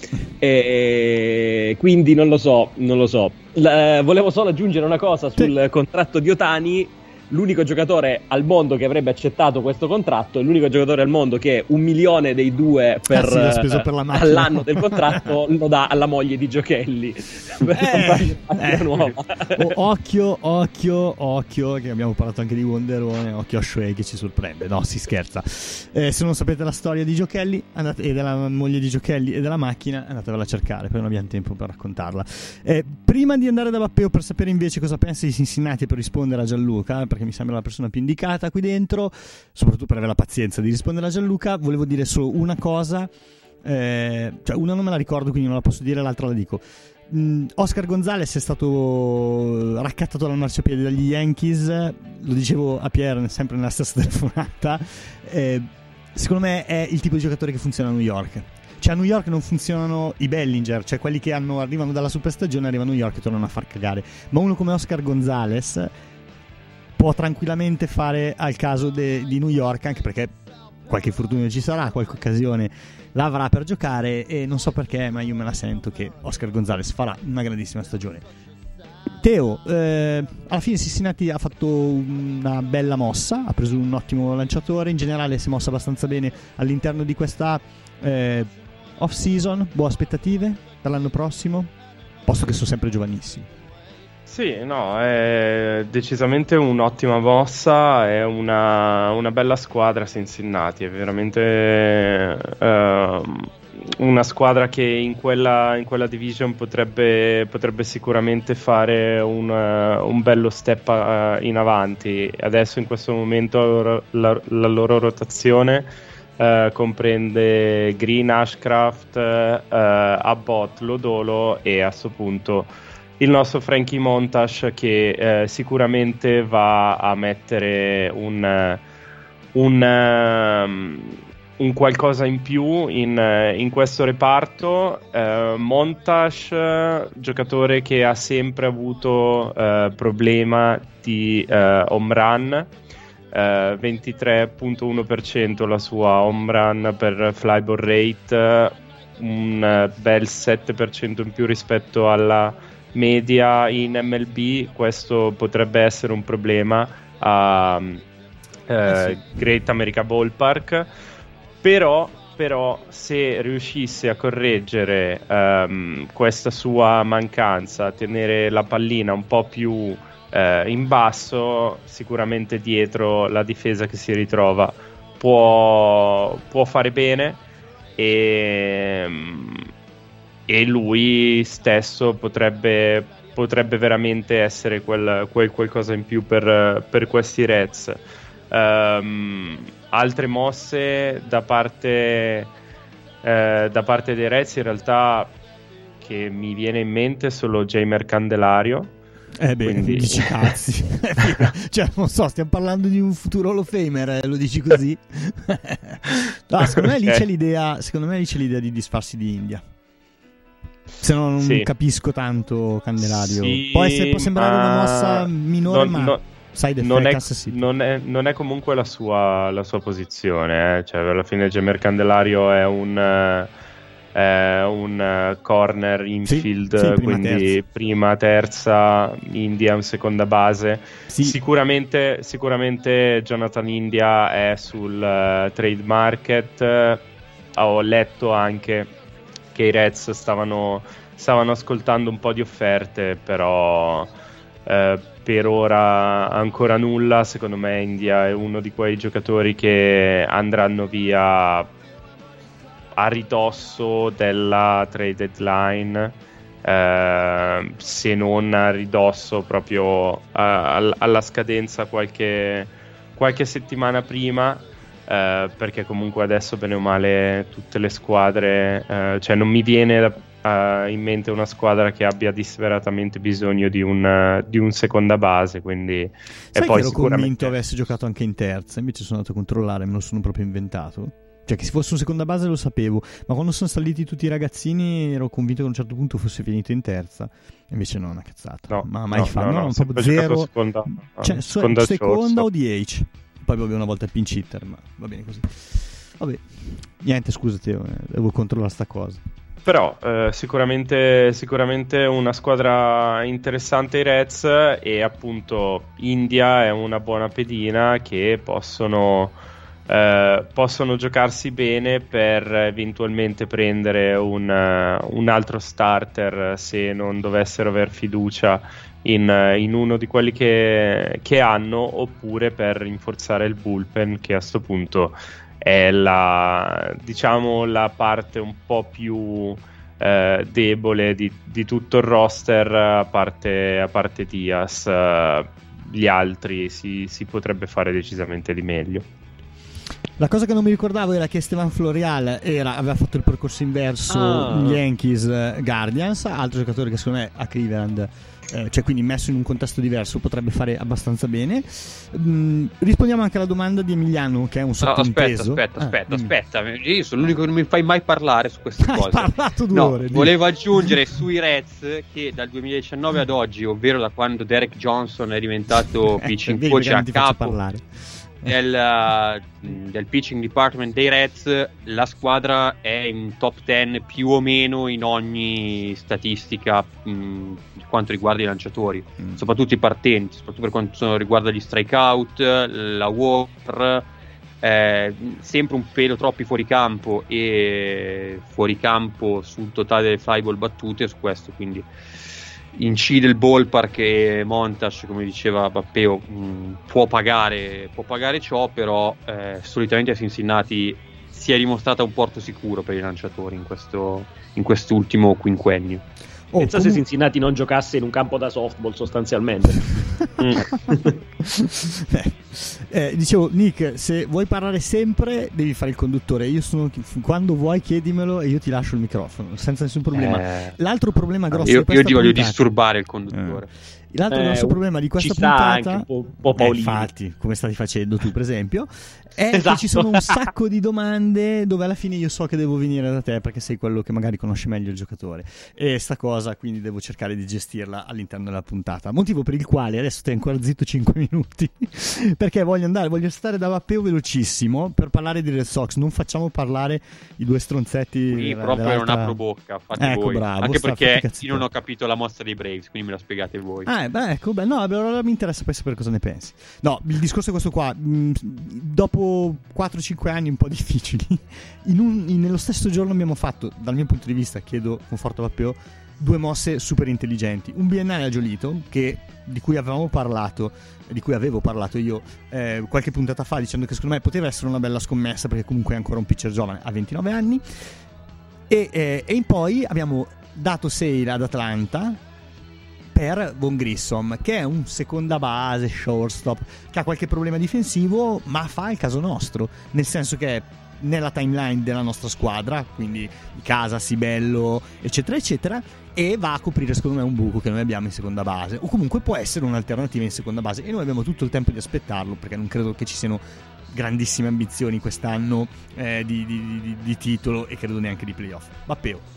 E quindi non lo so, non lo so. La, volevo solo aggiungere una cosa sul sì. contratto di Ohtani. L'unico giocatore al mondo che avrebbe accettato questo contratto, e l'unico giocatore al mondo che un milione dei due per, ah, sì, l'ho speso per la macchina. all'anno del contratto lo dà alla moglie di Giocelli per eh, comprargli una macchina eh. nuova. Oh, occhio, occhio, occhio, che abbiamo parlato anche di Wonderone, occhio a Shuei che ci sorprende. No, si scherza. Eh, se non sapete la storia di Giocelli andate, e della moglie di Giocelli e della macchina, andatevela a cercare, poi non abbiamo tempo per raccontarla. Eh, prima di andare da Matteo per sapere invece cosa pensa di Cincinnati e per rispondere a Gianluca, perché mi sembra la persona più indicata qui dentro, soprattutto per avere la pazienza di rispondere a Gianluca, volevo dire solo una cosa, eh, cioè una non me la ricordo quindi non la posso dire, l'altra la dico. mm, Oscar Gonzalez è stato raccattato dal marciapiede dagli Yankees, lo dicevo a Pierre sempre nella stessa telefonata, eh, secondo me è il tipo di giocatore che funziona a New York. Cioè a New York non funzionano i Bellinger, cioè quelli che hanno, arrivano dalla superstagione, arrivano a New York e tornano a far cagare, ma uno come Oscar Gonzalez può tranquillamente fare al caso de, di New York, anche perché qualche infortunio ci sarà, qualche occasione l'avrà per giocare, e non so perché, ma io me la sento che Oscar Gonzalez farà una grandissima stagione. Teo, eh, alla fine Cincinnati ha fatto una bella mossa, ha preso un ottimo lanciatore, in generale si è mossa abbastanza bene all'interno di questa eh, off season. Buone aspettative per l'anno prossimo, posto che sono sempre giovanissimi. Sì, no, è decisamente un'ottima mossa, è una, una bella squadra Cincinnati, è veramente uh, una squadra che in quella, in quella division potrebbe, potrebbe sicuramente fare un, uh, un bello step uh, in avanti. Adesso in questo momento la, la loro rotazione uh, comprende Green, Ashcraft, uh, Abbott, Lodolo e a questo punto il nostro Frankie Montas, che eh, sicuramente va a mettere un, un, um, un qualcosa in più in, in questo reparto. eh, Montas, giocatore che ha sempre avuto eh, problema di eh, home run, eh, ventitré virgola uno per cento la sua home run per fly ball rate, un bel sette per cento in più rispetto alla media in M L B. Questo potrebbe essere un problema a eh, eh sì. Great America Ballpark. Però, però se riuscisse a correggere um, questa sua mancanza, a tenere la pallina un po' più eh, in basso, sicuramente dietro la difesa che si ritrova può, può fare bene, e, e lui stesso potrebbe, potrebbe veramente essere quel, quel qualcosa in più per, per questi Reds. Um, altre mosse da parte eh, da parte dei Reds, in realtà, che mi viene in mente solo Jeimer Candelario. Eh beh, quindi... dici cazzi. Cioè, non so, stiamo parlando di un futuro Hall of Famer, eh, lo dici così? No, secondo me lì c'è l'idea, secondo me lì c'è l'idea di disfarsi di India. Se no non sì. capisco tanto Candelario. Sì, può, essere, può sembrare una mossa minore, non, ma no, side non, è, City. non, è, non è comunque la sua, la sua posizione, eh. Cioè, alla fine Jeimer Candelario è un è un corner infield, sì, sì, prima, quindi terza. prima, terza, India un seconda base. Sì. Sicuramente, sicuramente Jonathan India è sul uh, trade market. Ho letto anche che i Reds stavano, stavano ascoltando un po' di offerte, però uh, per ora ancora nulla. Secondo me India è uno di quei giocatori che andranno via a ridosso della trade deadline, eh, se non a ridosso proprio uh, alla scadenza qualche, qualche settimana prima, eh, perché comunque adesso bene o male tutte le squadre, eh, cioè non mi viene uh, in mente una squadra che abbia disperatamente bisogno di un, uh, di un seconda base, quindi sai e poi che ero sicuramente convinto avesse giocato anche in terza, invece sono andato a controllare, me lo sono proprio inventato. Cioè, che se fosse un seconda base lo sapevo, ma quando sono saliti tutti i ragazzini ero convinto che a un certo punto fosse finito in terza. Invece no, è una cazzata. No, ma mai no, fa, no, no, no, no proprio zero. Seconda, cioè, seconda, seconda o D H. Poi vabbè, una volta il pinch hitter, ma va bene così. Vabbè, niente, scusati, devo controllare sta cosa. Però eh, sicuramente, sicuramente una squadra interessante i Reds, e appunto India è una buona pedina che possono... Uh, possono giocarsi bene per eventualmente prendere un, uh, un altro starter se non dovessero aver fiducia in, uh, in uno di quelli che, che hanno, oppure per rinforzare il bullpen, che a sto punto è la, diciamo, la parte un po' più uh, debole di, di tutto il roster, a parte, a parte Diaz. Uh, gli altri si, si potrebbe fare decisamente di meglio. La cosa che non mi ricordavo era che Esteban Florial era, aveva fatto il percorso inverso ah. Yankees uh, Guardians, altro giocatore che secondo me a Cleveland, eh, cioè quindi messo in un contesto diverso, potrebbe fare abbastanza bene. Mm, rispondiamo anche alla domanda di Emiliano, che è un sottinteso. No, aspetta, aspetta, ah, aspetta, aspetta. Io sono l'unico che non mi fai mai parlare su queste Hai cose. Hai parlato due no, ore. Volevo aggiungere sui Reds che dal duemiladiciannove ad oggi, ovvero da quando Derek Johnson è diventato pitching eh, coach a capo parlare. Del, uh, del pitching department dei Reds, la squadra è in top dieci più o meno in ogni statistica mh, per quanto riguarda i lanciatori, mm. soprattutto i partenti, soprattutto per quanto riguarda gli strikeout, la war, eh, sempre un pelo troppi fuori campo e fuori campo sul totale delle fly ball battute. Su questo quindi incide il ballpark, e Montas, come diceva Pappeo, mh, può pagare può pagare ciò, però eh, solitamente a Cincinnati si è dimostrata un porto sicuro per i lanciatori in questo in quest'ultimo quinquennio. Oh, Pensa comunque... se Cincinnati non giocasse in un campo da softball sostanzialmente. mm. eh, eh, dicevo, Nick, se vuoi parlare sempre devi fare il conduttore. Io sono, quando vuoi chiedimelo e io ti lascio il microfono senza nessun problema. eh... L'altro problema grosso io, di io ti voglio puntata... disturbare il conduttore. eh. L'altro Eh, grosso problema di questa ci sta puntata, anche un po', un po' eh, Paolini. infatti, come stai facendo tu per esempio, è Esatto. che ci sono un sacco di domande dove alla fine io so che devo venire da te perché sei quello che magari conosce meglio il giocatore, e sta cosa quindi devo cercare di gestirla all'interno della puntata, motivo per il quale adesso stai ancora zitto cinque minuti perché voglio andare, voglio stare da Matteo velocissimo per parlare di Red Sox. Non facciamo parlare i due stronzetti Qui della- proprio dell'altra- non apro bocca, fate Ecco, voi. bravo, Anche sta- perché fatti cazzi io non tuoi. ho capito la mossa dei Braves, quindi me la spiegate voi. Ah, eh, beh, ecco, beh, no, beh, allora mi interessa poi sapere cosa ne pensi. No, il discorso è questo qua. mh, dopo quattro cinque anni un po' difficili, in un- in- nello stesso giorno abbiamo fatto, dal mio punto di vista, chiedo conforto a Matteo, due mosse super intelligenti. Un biennale a Giolito, che, di cui avevamo parlato, di cui avevo parlato io eh, qualche puntata fa, dicendo che secondo me poteva essere una bella scommessa, perché comunque è ancora un pitcher giovane, ha ventinove anni. E, eh, e in poi abbiamo dato sale ad Atlanta per Von Grissom, che è un seconda base, shortstop, che ha qualche problema difensivo, ma fa il caso nostro, nel senso che è nella timeline della nostra squadra, quindi Casa, Sibello, eccetera eccetera, e va a coprire secondo me un buco che noi abbiamo in seconda base, o comunque può essere un'alternativa in seconda base, e noi abbiamo tutto il tempo di aspettarlo, perché non credo che ci siano grandissime ambizioni quest'anno eh, di, di, di, di titolo, e credo neanche di playoff. Matteo.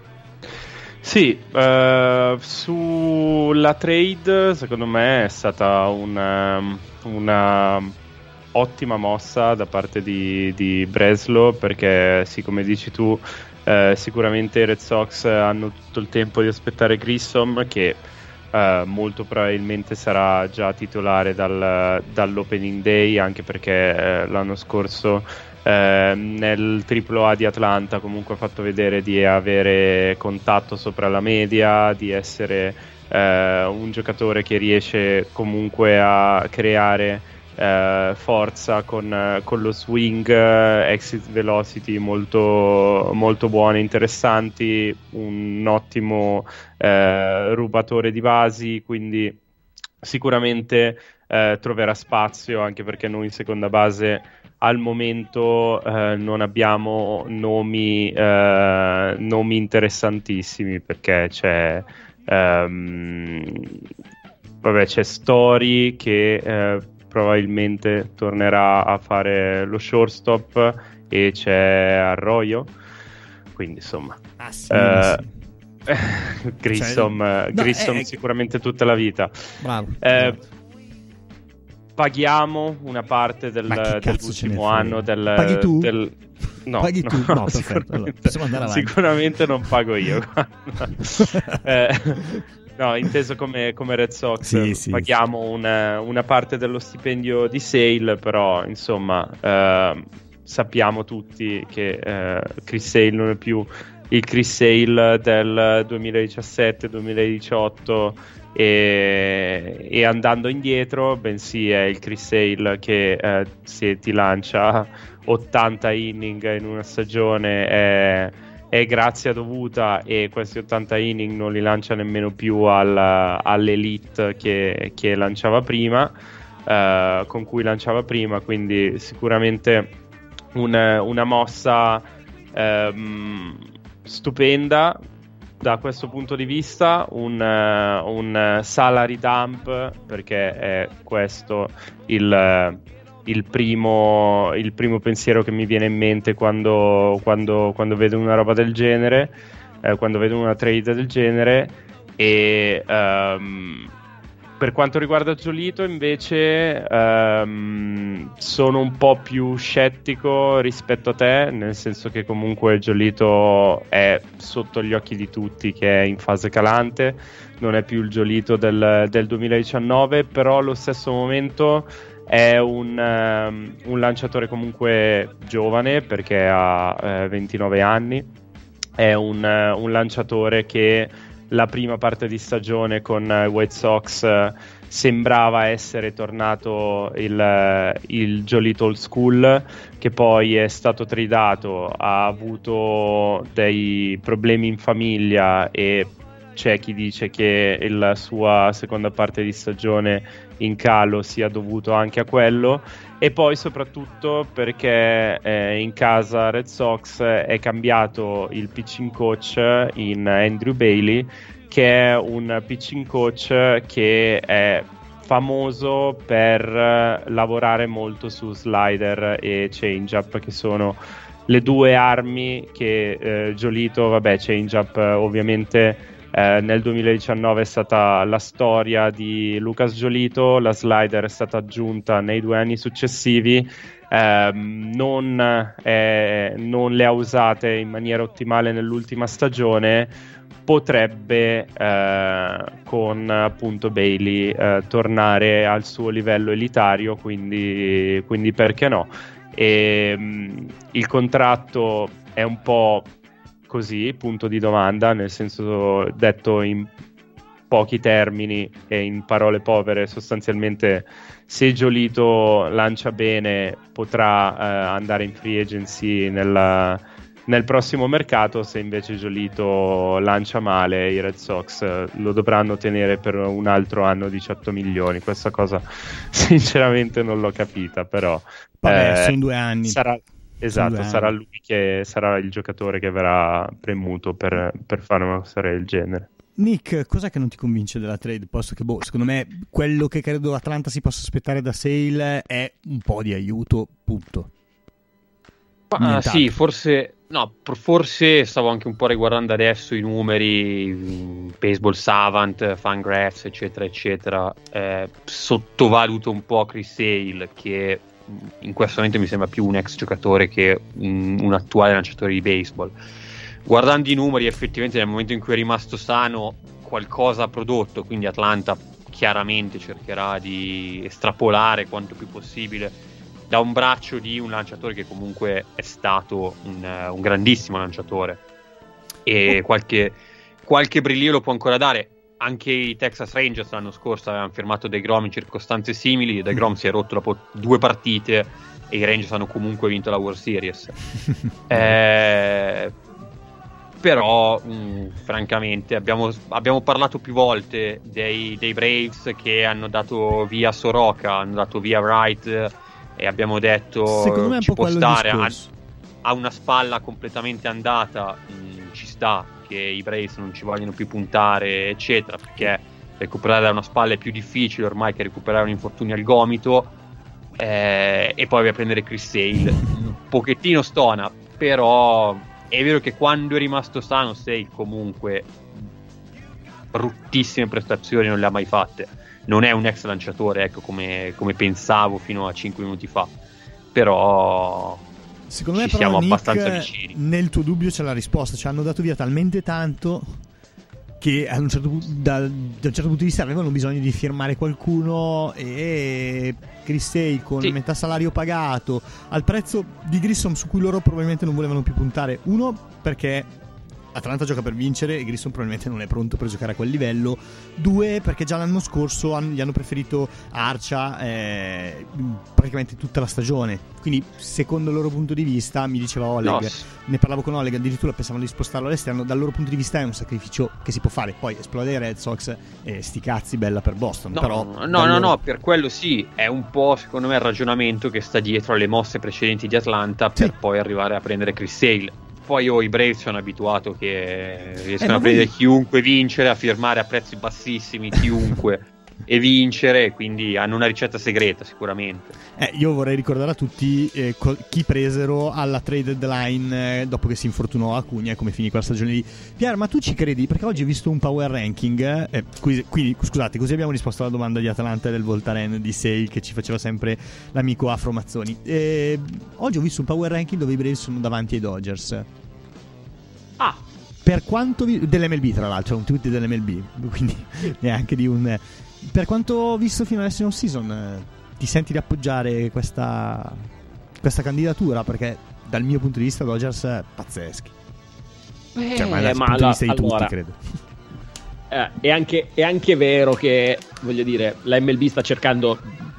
Sì, eh, sulla trade secondo me è stata una, una ottima mossa da parte di, di Breslow, perché sì, come dici tu, eh, sicuramente i Red Sox hanno tutto il tempo di aspettare Grissom, che eh, molto probabilmente sarà già titolare dal, dall'opening day, anche perché eh, l'anno scorso Eh, nel triplo A di Atlanta comunque ha fatto vedere di avere contatto sopra la media, di essere eh, un giocatore che riesce comunque a creare eh, forza con, con lo swing, eh, exit velocity molto, molto buone, interessanti, un ottimo eh, rubatore di basi, quindi sicuramente eh, troverà spazio, anche perché noi in seconda base al momento eh, non abbiamo nomi, eh, nomi interessantissimi, perché c'è ehm, vabbè, c'è Story che eh, probabilmente tornerà a fare lo shortstop, e c'è Arroyo, quindi insomma Ah sì, eh, sì. Grissom, Cioè, no, Grissom è- sicuramente tutta la vita. Bravo. Eh, Paghiamo una parte del, Ma che cazzo ce ne dell'ultimo frega? anno del, Paghi tu? del... No, Paghi tu? No, perfetto. sicuramente, Allora, possiamo andare avanti. sicuramente non pago io. eh, no, inteso come, come Red Sox, Sì, sì, paghiamo una, una parte dello stipendio di Sale, però insomma eh, sappiamo tutti che eh, Chris Sale non è più il Chris Sale del duemiladiciassette duemiladiciotto, e, e andando indietro, bensì è il Chris Sale che eh, se ti lancia ottanta inning in una stagione è, è grazia dovuta, e questi ottanta inning non li lancia nemmeno più al, all'elite che, che lanciava prima, eh, con cui lanciava prima, quindi sicuramente un, una mossa ehm, stupenda da questo punto di vista, un, uh, un salary dump, perché è questo il, il, primo, il primo pensiero che mi viene in mente quando, quando, quando vedo una roba del genere, eh, quando vedo una trade del genere. E um, per quanto riguarda Giolito invece um, sono un po' più scettico rispetto a te, nel senso che comunque Giolito è sotto gli occhi di tutti che è in fase calante, non è più il Giolito del, del duemiladiciannove, però allo stesso momento è un, um, un lanciatore comunque giovane, perché ha eh, ventinove anni, è un, uh, un lanciatore che la prima parte di stagione con i White Sox uh, sembrava essere tornato il, uh, il Giolito old school, che poi è stato tradato, ha avuto dei problemi in famiglia, e c'è chi dice che la sua seconda parte di stagione in calo sia dovuto anche a quello, e poi soprattutto perché eh, in casa Red Sox è cambiato il pitching coach in Andrew Bailey, che è un pitching coach che è famoso per lavorare molto su slider e changeup, che sono le due armi che eh, Giolito, vabbè, changeup ovviamente eh, nel duemiladiciannove è stata la storia di Lucas Giolito, la slider è stata aggiunta nei due anni successivi, eh, non, eh, non le ha usate in maniera ottimale nell'ultima stagione. Potrebbe eh, con appunto Bailey eh, tornare al suo livello elitario, quindi, quindi perché no? E, mh, il contratto è un po' così, punto di domanda, nel senso, detto in pochi termini e in parole povere, sostanzialmente se Giolito lancia bene potrà eh, andare in free agency nella nel prossimo mercato. Se invece Giolito lancia male, i Red Sox lo dovranno tenere per un altro anno diciotto milioni. Questa cosa sinceramente non l'ho capita, però vabbè, eh, sono due anni, sarà, esatto, due sarà anni. lui che sarà il giocatore che verrà premuto per, per fare una storia del genere. Nick, cos'è che non ti convince della trade? Posto che, boh, secondo me quello che credo Atlanta si possa aspettare da Sale è un po' di aiuto, punto. Ma, sì, forse no, forse stavo anche un po' riguardando adesso i numeri, Baseball Savant, Fangraphs, eccetera, eccetera. Eh, sottovaluto un po' Chris Sale, che in questo momento mi sembra più un ex giocatore che un, un attuale lanciatore di baseball. Guardando i numeri, effettivamente nel momento in cui è rimasto sano qualcosa ha prodotto, quindi Atlanta chiaramente cercherà di estrapolare quanto più possibile da un braccio di un lanciatore che comunque è stato un, un grandissimo lanciatore, e qualche, qualche brillio lo può ancora dare. Anche i Texas Rangers l'anno scorso avevano firmato DeGrom in circostanze simili, DeGrom si è rotto dopo due partite e i Rangers hanno comunque vinto la World Series. eh, però mh, francamente abbiamo, abbiamo parlato più volte dei, dei Braves che hanno dato via Soroka, hanno dato via Wright, e abbiamo detto secondo me è un ci po' può quello stare il a, discorso. a una spalla completamente andata, mh, ci sta che i Braves non ci vogliono più puntare, eccetera, perché recuperare da una spalla è più difficile ormai che recuperare un infortunio al gomito, eh, e poi vai a prendere Chris Sale, un pochettino stona, però è vero che quando è rimasto sano Sale comunque bruttissime prestazioni non le ha mai fatte. Non è un ex lanciatore, ecco, come, come pensavo fino a cinque minuti fa, però secondo me ci però, siamo Nick, abbastanza vicini. Nel tuo dubbio c'è la risposta, ci hanno dato via talmente tanto che a un certo, da, da un certo punto di vista avevano bisogno di firmare qualcuno, e Chris Sale con sì. metà salario pagato al prezzo di Grissom, su cui loro probabilmente non volevano più puntare. Uno, perché Atlanta gioca per vincere e Grissom probabilmente non è pronto per giocare a quel livello. Due, perché già l'anno scorso hanno, gli hanno preferito Arcia eh, praticamente tutta la stagione, quindi secondo il loro punto di vista, mi diceva Oleg, No. ne parlavo con Oleg, addirittura pensavano di spostarlo all'esterno. Dal loro punto di vista è un sacrificio che si può fare. Poi esplodere i Red Sox e sti cazzi, bella per Boston, No, però no, dal no, loro- no, per quello sì, è un po' secondo me il ragionamento che sta dietro alle mosse precedenti di Atlanta per Sì. poi arrivare a prendere Chris Sale. Poi oh, i Braves sono abituato che riescono Eh, ma a prendere voi- chiunque, vincere, a firmare a prezzi bassissimi chiunque e vincere, quindi hanno una ricetta segreta sicuramente. Eh, io vorrei ricordare a tutti eh, co- chi presero alla trade deadline eh, dopo che si infortunò Acuna e come finì quella stagione lì. Pier, ma tu ci credi? Perché oggi ho visto un power ranking, eh, qui- quindi scusate, così abbiamo risposto alla domanda di Atalanta e del Voltaren di Sale che ci faceva sempre l'amico Afro Mazzoni. Eh, oggi ho visto un power ranking dove i Braves sono davanti ai Dodgers. Ah, Per quanto vi- dell'M L B, tra l'altro, un tweet dell'M L B, quindi neanche di un. Per quanto ho visto fino adesso in off season, eh, ti senti di appoggiare questa questa candidatura? Perché dal mio punto di vista Dodgers eh, pazzeschi. Eh, Cioè, ma dal ma punto di alla- vista di tutti, allora, credo. eh, è, anche, è anche vero che, voglio dire, la M L B sta cercando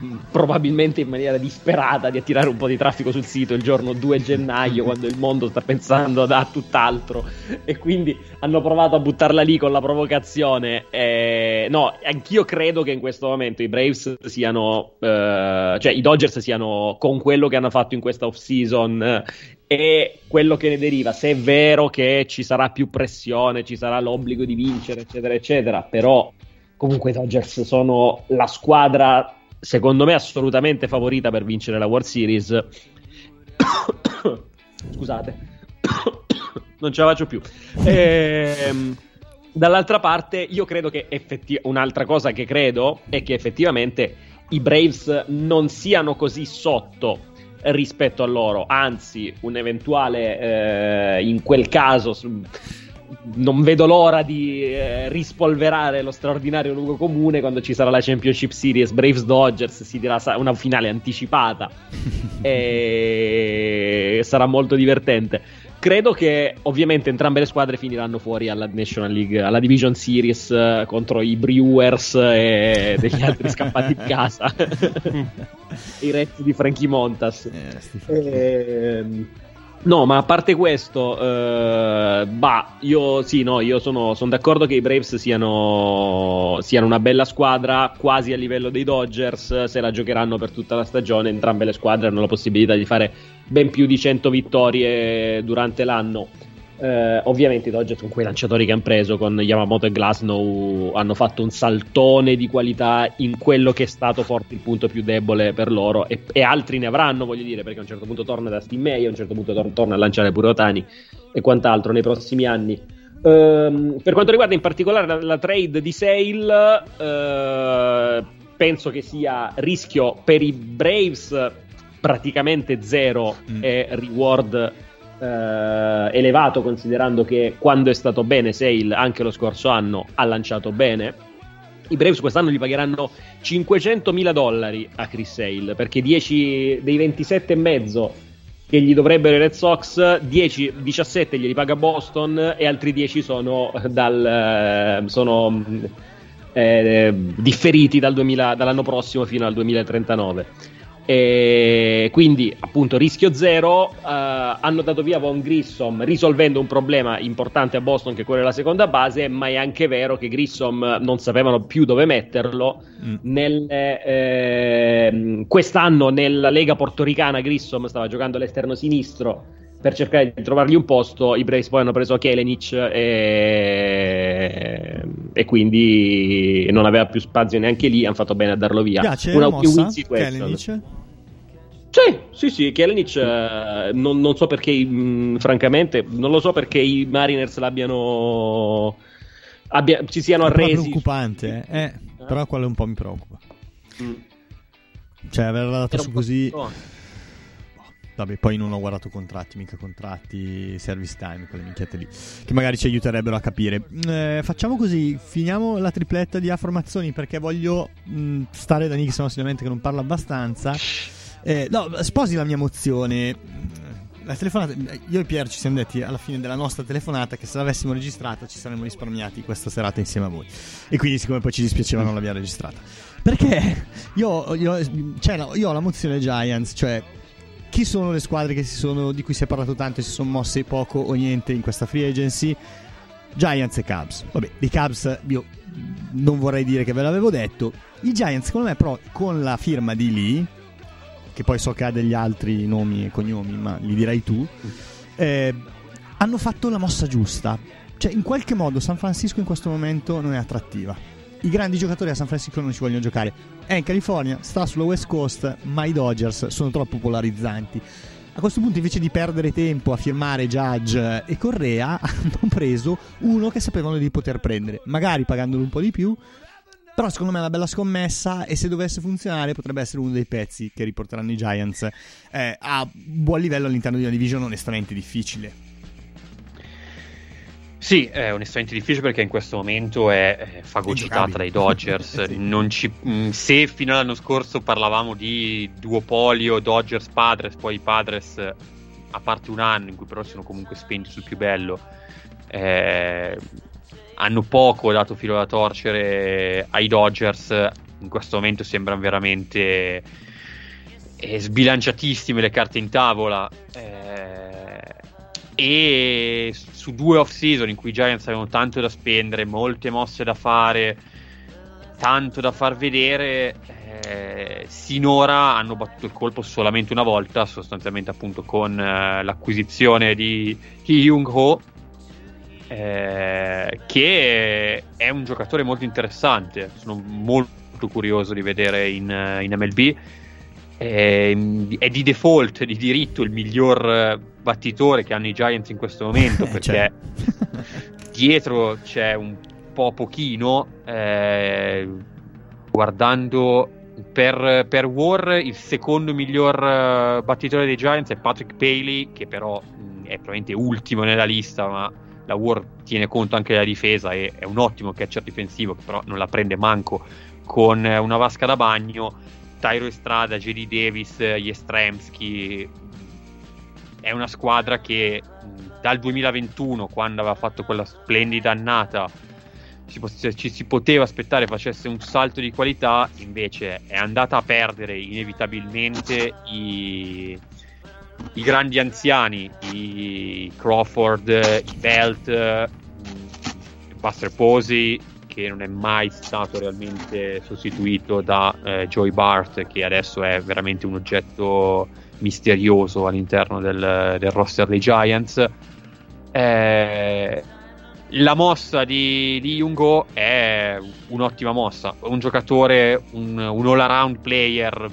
probabilmente in maniera disperata di attirare un po' di traffico sul sito il giorno due gennaio, quando il mondo sta pensando a tutt'altro, e quindi hanno provato a buttarla lì con la provocazione. Eh, no, anch'io credo che in questo momento i Braves siano eh, cioè i Dodgers siano, con quello che hanno fatto in questa off season eh, e quello che ne deriva, se è vero che ci sarà più pressione, ci sarà l'obbligo di vincere, eccetera eccetera, però comunque i Dodgers sono la squadra secondo me assolutamente favorita per vincere la World Series. Scusate, non ce la faccio più. Ehm, dall'altra parte io credo che effetti- un'altra cosa che credo è che effettivamente i Braves non siano così sotto rispetto a loro, anzi un eventuale eh, in quel caso non vedo l'ora di eh, rispolverare lo straordinario luogo comune quando ci sarà la Championship Series Braves Dodgers, si dirà una finale anticipata e sarà molto divertente. Credo che ovviamente entrambe le squadre finiranno fuori alla National League, alla Division Series eh, contro i Brewers e degli altri scappati di casa, i Reds di Frankie Montas. Eh, e, no, ma a parte questo, eh, bah, io sì, no, io sono, sono d'accordo che i Braves siano, siano una bella squadra, quasi a livello dei Dodgers. Se la giocheranno per tutta la stagione, entrambe le squadre hanno la possibilità di fare ben più di cento vittorie durante l'anno. Eh, ovviamente i Dodgers, con quei lanciatori che hanno preso con Yamamoto e Glasnow, hanno fatto un saltone di qualità in quello che è stato forse il punto più debole per loro, e, e altri ne avranno, voglio dire, perché a un certo punto torna Dustin May, a un certo punto tor- torna a lanciare pure Ohtani e quant'altro nei prossimi anni. Um, per quanto riguarda in particolare la, la trade di Sale, uh, penso che sia rischio per i Braves praticamente zero mm. e reward Uh, elevato, considerando che quando è stato bene Sale anche lo scorso anno ha lanciato bene. I Braves quest'anno gli pagheranno cinquecentomila dollari a Chris Sale, perché dieci dei ventisette e mezzo che gli dovrebbero i Red Sox, dieci, diciassette glieli paga Boston e altri dieci sono dal sono eh, differiti dal duemila, dall'anno prossimo fino al duemilatrentanove. E quindi appunto rischio zero. uh, hanno dato via Von Grissom risolvendo un problema importante a Boston, che è quello della seconda base, ma è anche vero che Grissom non sapevano più dove metterlo. mm. nel, eh, quest'anno nella Lega portoricana Grissom stava giocando all'esterno sinistro per cercare di trovargli un posto. I Braves poi hanno preso Kelenic e, e quindi non aveva più spazio neanche lì, hanno fatto bene a darlo via. Piace una la mossa, Kelenic? Sì, sì, sì, Kelenic eh, non, non so perché, mh, francamente, non lo so perché i Mariners l'abbiano abbia, ci siano è arresi. È preoccupante, eh, eh, però quello un po' mi preoccupa. Mm. Cioè, averla dato su così... Vabbè, poi non ho guardato contratti, mica contratti, service time, quelle minchiate lì, che magari ci aiuterebbero a capire. Eh, facciamo così, finiamo la tripletta di affermazioni, perché voglio mh, stare da Nick, se no sicuramente che non parla abbastanza. Eh, no, sposi la mia emozione. La telefonata, io e Pier ci siamo detti alla fine della nostra telefonata che se l'avessimo registrata ci saremmo risparmiati questa serata insieme a voi. E quindi, siccome poi ci dispiaceva non l'abbiamo registrata, perché io, io, cioè, no, io ho la mozione Giants, cioè chi sono le squadre che si sono, di cui si è parlato tanto e si sono mosse poco o niente in questa free agency? Giants e Cubs. Vabbè, dei Cubs io non vorrei dire che ve l'avevo detto. I Giants, secondo me, però, con la firma di Lee, che poi so che ha degli altri nomi e cognomi, ma li dirai tu, eh, hanno fatto la mossa giusta. Cioè, in qualche modo San Francisco in questo momento non è attrattiva. I grandi giocatori a San Francisco non ci vogliono giocare. È in California, sta sulla West Coast, ma i Dodgers sono troppo polarizzanti. A questo punto, invece di perdere tempo a firmare Judge e Correa, hanno preso uno che sapevano di poter prendere, magari pagandolo un po' di più. Però secondo me è una bella scommessa, e se dovesse funzionare potrebbe essere uno dei pezzi che riporteranno i Giants eh, a buon livello all'interno di una division onestamente difficile. Sì, è onestamente difficile, perché in questo momento è, è fagocitata dai Dodgers. Sì. Non ci, mh, se fino all'anno scorso parlavamo di duopolio Dodgers-Padres, poi i Padres, a parte un anno in cui però sono comunque spenti sul più bello, eh, hanno poco dato filo da torcere ai Dodgers. In questo momento sembrano veramente eh, sbilanciatissime le carte in tavola, eh, e su due off season in cui i Giants avevano tanto da spendere, molte mosse da fare, tanto da far vedere, eh, sinora hanno battuto il colpo solamente una volta, sostanzialmente appunto con eh, l'acquisizione di Hee Young-ho, eh, che è un giocatore molto interessante. Sono molto curioso di vedere in, in M L B. È, è di default, di diritto, il miglior battitore che hanno i Giants in questo momento, perché dietro c'è un po' pochino, eh, guardando per, per WAR il secondo miglior uh, battitore dei Giants è Patrick Bailey, che però mh, è probabilmente ultimo nella lista, ma la WAR tiene conto anche della difesa e è un ottimo catcher difensivo, che però non la prende manco con eh, una vasca da bagno. Thairo Estrada, J D Davis, Yastrzemski, è una squadra che mh, dal duemilaventuno, quando aveva fatto quella splendida annata, ci, ci si poteva aspettare facesse un salto di qualità, invece è andata a perdere inevitabilmente i, i grandi anziani, i Crawford, i Belt, Buster Posey, che non è mai stato realmente sostituito da eh, Joey Bart, che adesso è veramente un oggetto misterioso all'interno del, del roster dei Giants. Eh, la mossa di, di Young-ho è un'ottima mossa, un giocatore, un, un all-around player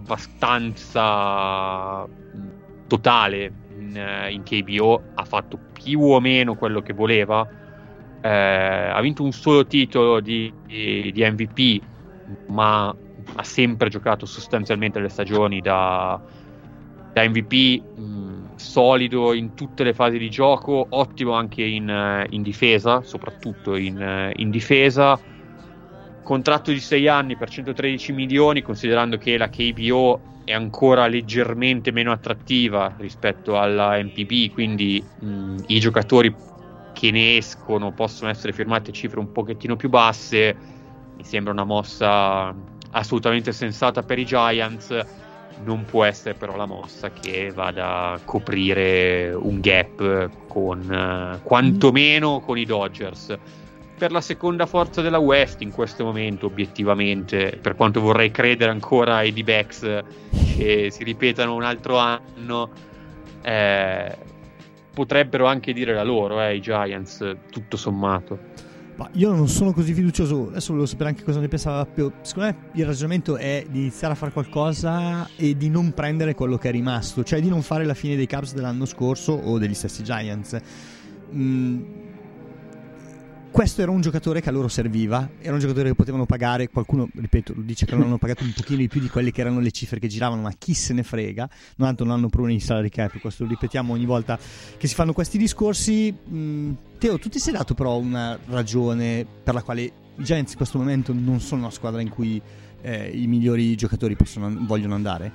abbastanza totale in, in K B O, ha fatto più o meno quello che voleva. Eh, ha vinto un solo titolo di, di, di M V P, ma ha sempre giocato sostanzialmente le stagioni da, da M V P, mh, solido in tutte le fasi di gioco, ottimo anche in, in difesa, soprattutto in, in difesa. Contratto di sei anni per centotredici milioni, considerando che la K B O è ancora leggermente meno attrattiva rispetto alla M P B, quindi mh, i giocatori che ne escono possono essere firmati a cifre un pochettino più basse. Mi sembra una mossa assolutamente sensata per i Giants. Non può essere però la mossa che vada a coprire un gap con eh, quantomeno con i Dodgers. Per la seconda forza della West in questo momento, obiettivamente, per quanto vorrei credere ancora ai D-backs che si ripetano un altro anno, eh, potrebbero anche dire la loro, eh, i Giants, tutto sommato. Ma io non sono così fiducioso. Adesso volevo sapere anche cosa ne pensava Pio. Secondo me il ragionamento è di iniziare a fare qualcosa e di non prendere quello che è rimasto, cioè di non fare la fine dei Cubs dell'anno scorso o degli stessi Giants. Mm. Questo era un giocatore che a loro serviva, era un giocatore che potevano pagare. Qualcuno, ripeto, dice che non hanno pagato un pochino di più di quelle che erano le cifre che giravano, ma chi se ne frega, non tanto non hanno problemi di salary cap, questo lo ripetiamo ogni volta che si fanno questi discorsi. mm, Teo, tu ti sei dato però una ragione per la quale i Giants in questo momento non sono una squadra in cui eh, i migliori giocatori possono, vogliono andare?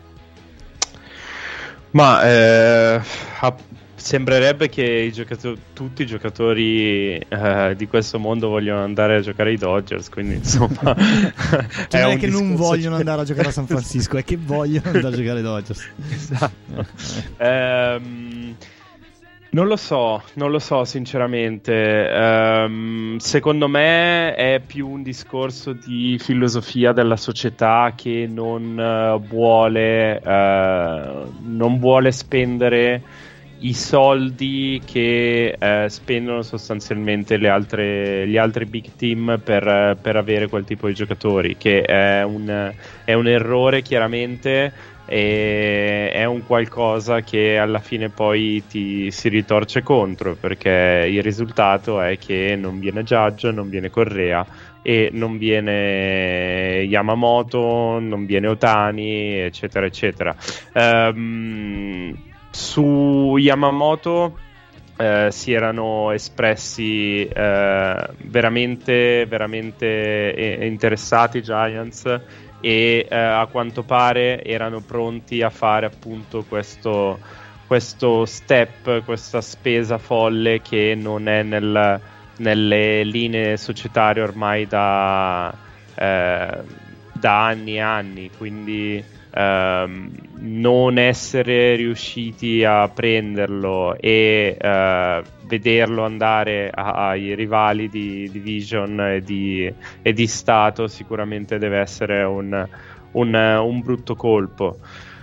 Ma eh, sembrerebbe che i giocatori, tutti i giocatori eh, di questo mondo vogliono andare a giocare ai Dodgers, quindi insomma cioè è non un è che non vogliono che... andare a giocare a San Francisco, è che vogliono andare a giocare ai Dodgers. Esatto. ehm, non lo so, non lo so sinceramente. Ehm, secondo me è più un discorso di filosofia della società che non uh, vuole uh, non vuole spendere i soldi che uh, spendono sostanzialmente le altre, gli altri big team per, per avere quel tipo di giocatori, che è un, è un errore chiaramente. E è un qualcosa che alla fine poi ti si ritorce contro, perché il risultato è che non viene Judge, non viene Correa e non viene Yamamoto, non viene Ohtani, eccetera eccetera. Um, su Yamamoto eh, si erano espressi eh, veramente veramente eh, interessati i Giants, e eh, a quanto pare erano pronti a fare appunto questo, questo step, questa spesa folle che non è nel, nelle linee societarie ormai da, eh, da anni e anni, quindi ehm, non essere riusciti a prenderlo e eh, vederlo andare a, ai rivali di Division e di, e di Stato sicuramente deve essere un, un, un brutto colpo.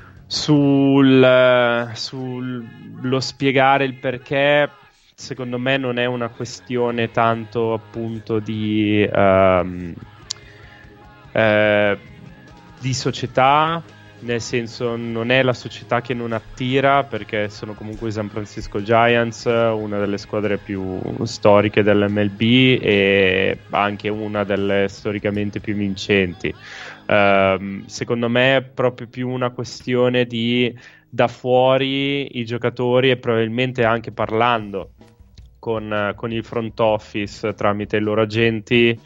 Sul, sullo spiegare il perché, secondo me non è una questione tanto appunto di um, eh, di società, nel senso non è la società che non attira, perché sono comunque i San Francisco Giants, una delle squadre più storiche dell'M L B e anche una delle storicamente più vincenti. Uh, secondo me è proprio più una questione di da fuori i giocatori, e probabilmente anche parlando con, con il front office tramite i loro agenti,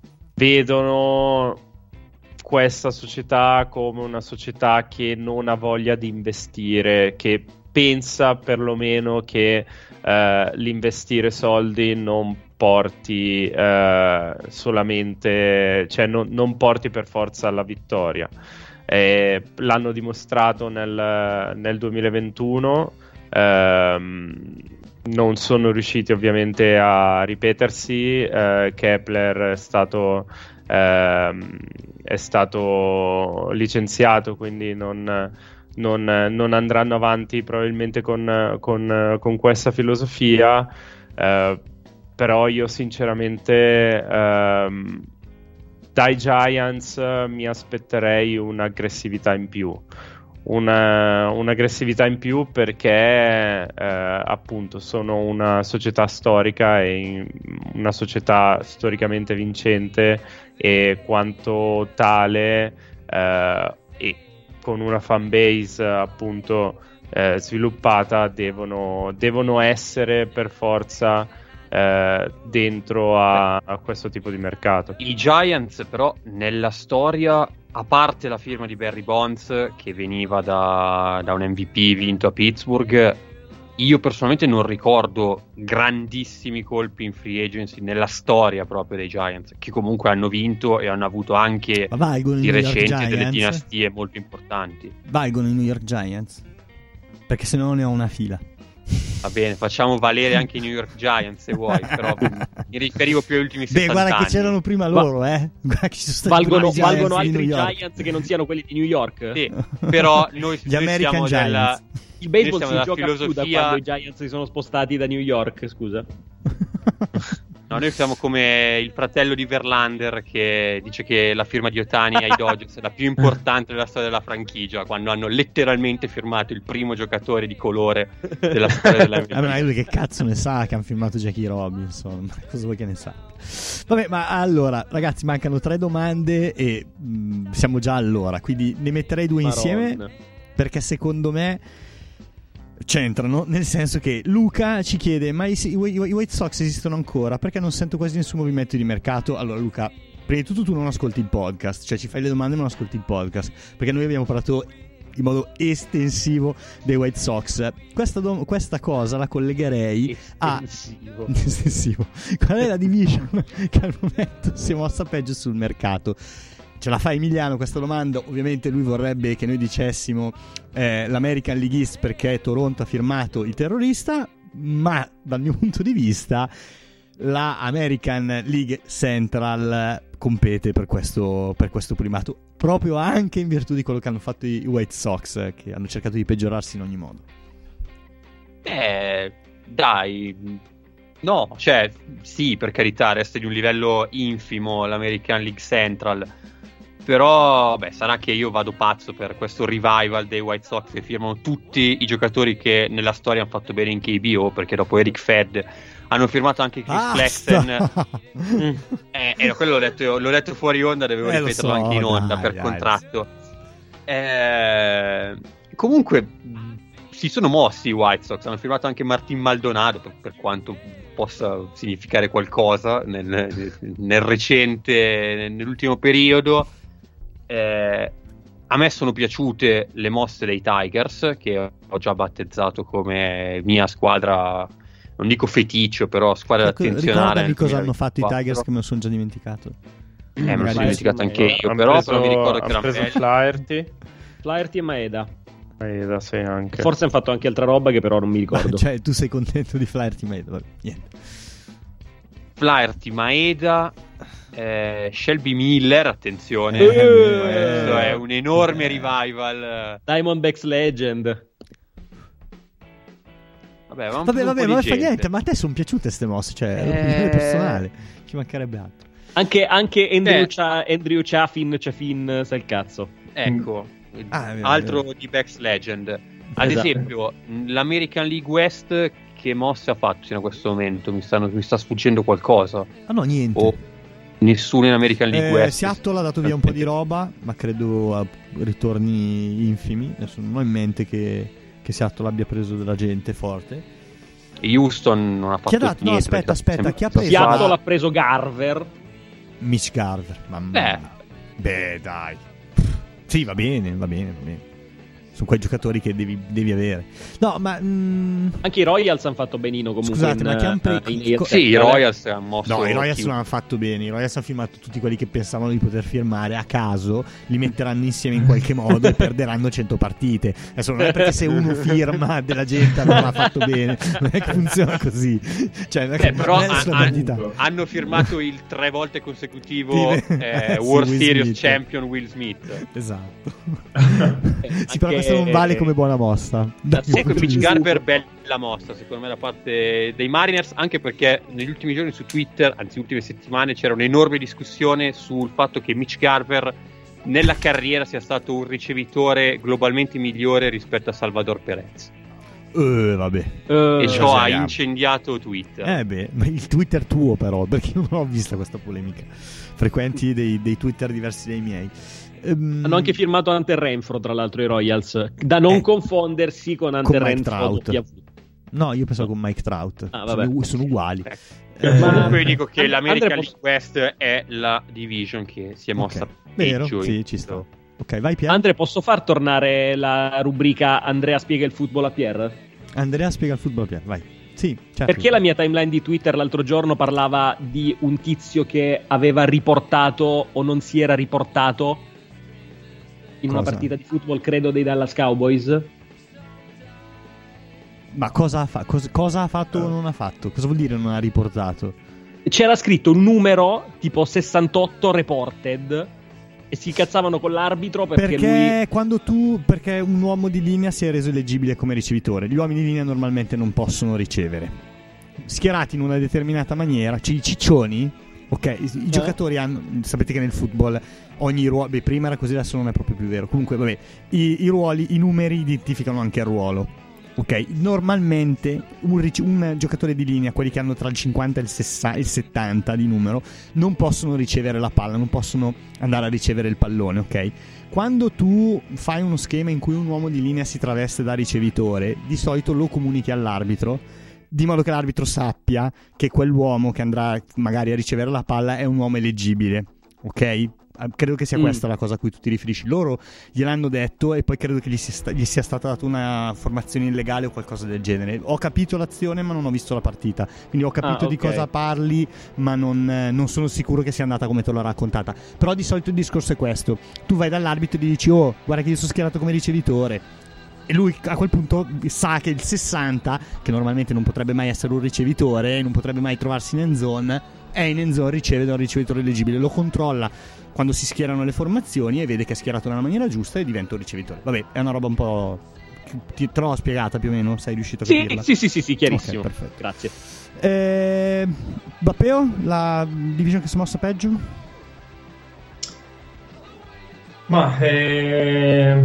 vedono questa società come una società che non ha voglia di investire, che pensa perlomeno che uh, l'investire soldi non porti eh, solamente, cioè non, non porti per forza alla vittoria. Eh, l'hanno dimostrato nel, nel duemilaventuno, ehm, non sono riusciti ovviamente a ripetersi. eh, Kepler è stato ehm, è stato licenziato, quindi non, non, non andranno avanti probabilmente con, con, con questa filosofia. eh, Però io sinceramente ehm, dai Giants eh, mi aspetterei un'aggressività in più, una, un'aggressività in più perché eh, appunto sono una società storica e una società storicamente vincente, e quanto tale eh, e con una fanbase appunto eh, sviluppata devono, devono essere per forza Eh, dentro a, a questo tipo di mercato. I Giants però nella storia, a parte la firma di Barry Bonds che veniva da, da un M V P vinto a Pittsburgh, io personalmente non ricordo grandissimi colpi in free agency nella storia proprio dei Giants, che comunque hanno vinto e hanno avuto anche di recente delle dinastie molto importanti. Valgono i New York Giants? Perché se no ne ho una fila. Va bene, facciamo valere anche i New York Giants se vuoi, però mi riferivo più agli ultimi settanta anni. Beh, guarda anni. che c'erano prima loro, eh. Guarda che ci sono valgono, stati valgono Giants altri Giants che non siano quelli di New York? Sì, però noi, Gli noi American siamo Giants. della, il baseball si della gioca filosofia... più da quando i Giants si sono spostati da New York, scusa. No, noi siamo come il fratello di Verlander che dice che la firma di Ohtani ai Dodgers è la più importante della storia della franchigia, quando hanno letteralmente firmato il primo giocatore di colore della storia della M L B. Vabbè, ma che cazzo ne sa che hanno firmato Jackie Robinson? Cosa vuoi che ne sa? Vabbè, ma allora, ragazzi, mancano tre domande e mh, siamo già all'ora, quindi ne metterei due Maronna. insieme, perché secondo me c'entrano, nel senso che Luca ci chiede: ma i, i, i White Sox esistono ancora? Perché non sento quasi nessun movimento di mercato. Allora Luca, prima di tutto tu non ascolti il podcast, cioè ci fai le domande ma non ascolti il podcast, perché noi abbiamo parlato in modo estensivo dei White Sox. Questa, do- questa cosa la collegherei estensivo. a estensivo. Qual è la division che al momento si è mossa peggio sul mercato? Ce la fa Emiliano questa domanda. Ovviamente lui vorrebbe che noi dicessimo eh, l'American League East perché Toronto ha firmato il terrorista, ma dal mio punto di vista la American League Central compete per questo, per questo primato, proprio anche in virtù di quello che hanno fatto i White Sox, che hanno cercato di peggiorarsi in ogni modo. Eh, dai, no, cioè sì, per carità, resta di un livello infimo l'American League Central. Però, beh, sarà che io vado pazzo per questo revival dei White Sox che firmano tutti i giocatori che nella storia hanno fatto bene in K B O, perché dopo Eric Fedd hanno firmato anche Chris Flexen. mm. eh, eh, quello l'ho detto, l'ho detto fuori onda, dovevo eh, ripeterlo so, anche in onda dai, per dai, contratto. Eh, comunque si sono mossi i White Sox, hanno firmato anche Martin Maldonado, per, per quanto possa significare qualcosa nel, nel recente, nell'ultimo periodo. Eh, a me sono piaciute le mosse dei Tigers, che ho già battezzato come mia squadra non dico feticcio, però squadra da Ecco, attenzionare. ricordami cosa hanno fatto i duemilaventiquattro. Tigers, che me lo sono già dimenticato. Eh, me lo sono Magari- dimenticato anche io, Han però, preso, però mi ricordo che han era preso meglio. Flaherty. Flaherty e Maeda. Maeda, sì, anche. Forse hanno fatto anche altra roba che però non mi ricordo. Cioè, tu sei contento di Flaherty, ma vabbè, niente. Flaherty, Maeda, eh, Shelby Miller, attenzione, Eh, questo è un enorme revival. Diamondbacks Legend. Vabbè, avevamo Vabbè, preso un vabbè, po' ma di fa gente. niente, ma a te sono piaciute ste mosse, cioè, è Eh. un'opinione personale, ci mancherebbe altro. Anche, anche Andrew, Eh. Cha- Andrew Chaffin, Chaffin, sa il cazzo. Ecco, Ah, è vero, altro è vero. di Backs Legend. Ad Esatto. esempio, l'American League West, che mosse ha fatto fino a questo momento? Mi, stanno, mi sta sfuggendo qualcosa? Ah no, niente. O nessuno in American League Eh, West? Seattle ha dato via un po' di roba, ma credo a ritorni infimi. Adesso non ho in mente che, che Seattle abbia preso della gente forte. Houston non ha fatto Chi ha dato? No, niente. aspetta, perché aspetta, sembra- chi ha preso? Seattle va- ha preso Garver. Mitch Garver. Mamma Beh. mia. Beh, dai. Sì, va bene, va bene, va bene. Sono quei giocatori che devi, devi avere. No, ma... mm, Anche i Royals hanno fatto benino comunque. Scusate, in, ma chi han pre- eh, in- co- Sì, i Royals hanno mosso. No, i Royals chi- non hanno fatto bene. I Royals hanno firmato tutti quelli che pensavano di poter firmare a caso, li metteranno insieme in qualche modo e perderanno cento partite. Adesso non è perché se uno firma della gente non ha fatto bene, non è che funziona così. Cioè, non è che Eh, però non è ha- sulla ha- quantità. hanno firmato il tre volte consecutivo Sì, eh, sì, World Will Series Smith. Champion Will Smith. Esatto. Eh, Sì, però anche- questo non vale come buona mossa. Dal mio Ecco, punto di Mitch vista. Garber, bella mossa secondo me da parte dei Mariners, anche perché negli ultimi giorni su Twitter, anzi ultime settimane, c'era un'enorme discussione sul fatto che Mitch Garber nella carriera sia stato un ricevitore globalmente migliore rispetto a Salvador Perez. Eh, vabbè. Eh, E ciò ha esageriamo. incendiato Twitter. Eh beh, ma il Twitter tuo però, perché io non ho vista questa polemica. Frequenti dei, dei Twitter diversi dai miei. Ehm, Hanno anche firmato Hunter Renfro, tra l'altro, i Royals. Da non Eh. confondersi con Con Hunter Mike Renfro. Trout. W. No, io pensavo con Mike Trout. Ah, vabbè. sono, sono uguali. Ecco. Eh, Comunque io dico che And- l'American Andre, League West è la division che si è mossa ok. Vero? peggio. Sì, in ci tutto. sto. Ok, vai Pier. Andre, posso far tornare la rubrica Andrea spiega il football a Pier? Andrea spiega il football a Pier, vai. Sì, certo. Perché la mia timeline di Twitter l'altro giorno parlava di un tizio che aveva riportato o non si era riportato in una Cosa? partita di football, credo, dei Dallas Cowboys? Ma cosa ha, fa- cos- cosa ha fatto o non ha fatto? Cosa vuol dire non ha riportato? C'era scritto un numero tipo sessantotto reported e si cazzavano con l'arbitro perché, Perché lui... quando tu. Perché un uomo di linea si è reso eleggibile come ricevitore. Gli uomini di linea normalmente non possono ricevere. Schierati in una determinata maniera, c- i ciccioni. Ok, i, i giocatori hanno. Sapete che nel football ogni ruolo. Beh, prima era così, adesso non è proprio più vero. Comunque, vabbè, i, i ruoli, i numeri identificano anche il ruolo. Ok, normalmente un, rice- un giocatore di linea, quelli che hanno tra il cinquanta e il, sessa- il settanta di numero, non possono ricevere la palla, non possono andare a ricevere il pallone, ok? Quando tu fai uno schema in cui un uomo di linea si traveste da ricevitore, di solito lo comunichi all'arbitro, di modo che l'arbitro sappia che quell'uomo che andrà magari a ricevere la palla è un uomo eleggibile, ok? Credo che sia Mm. questa la cosa a cui tu ti riferisci. Loro gliel'hanno detto e poi credo che gli sia, sta- gli sia stata data una formazione illegale o qualcosa del genere. Ho capito l'azione ma non ho visto la partita, quindi ho capito Ah, di ok. cosa parli ma non, eh, non sono sicuro che sia andata come te l'ho raccontata. Però di solito il discorso è questo: tu vai dall'arbitro e gli dici oh guarda che io sono schierato come ricevitore, e lui a quel punto sa che il sessanta, che normalmente non potrebbe mai essere un ricevitore, non potrebbe mai trovarsi in end zone, è in end zone, riceve da un ricevitore eleggibile, lo controlla quando si schierano le formazioni e vede che è schierato nella maniera giusta e diventa un ricevitore. Vabbè, è una roba un po'... Ti, te l'ho spiegata più o meno? Sei riuscito a Sì, capirla? sì, sì, sì, sì, chiarissimo. Ok, perfetto. Grazie. Eh, Bappeo, la division che si è mossa peggio? Ma eh,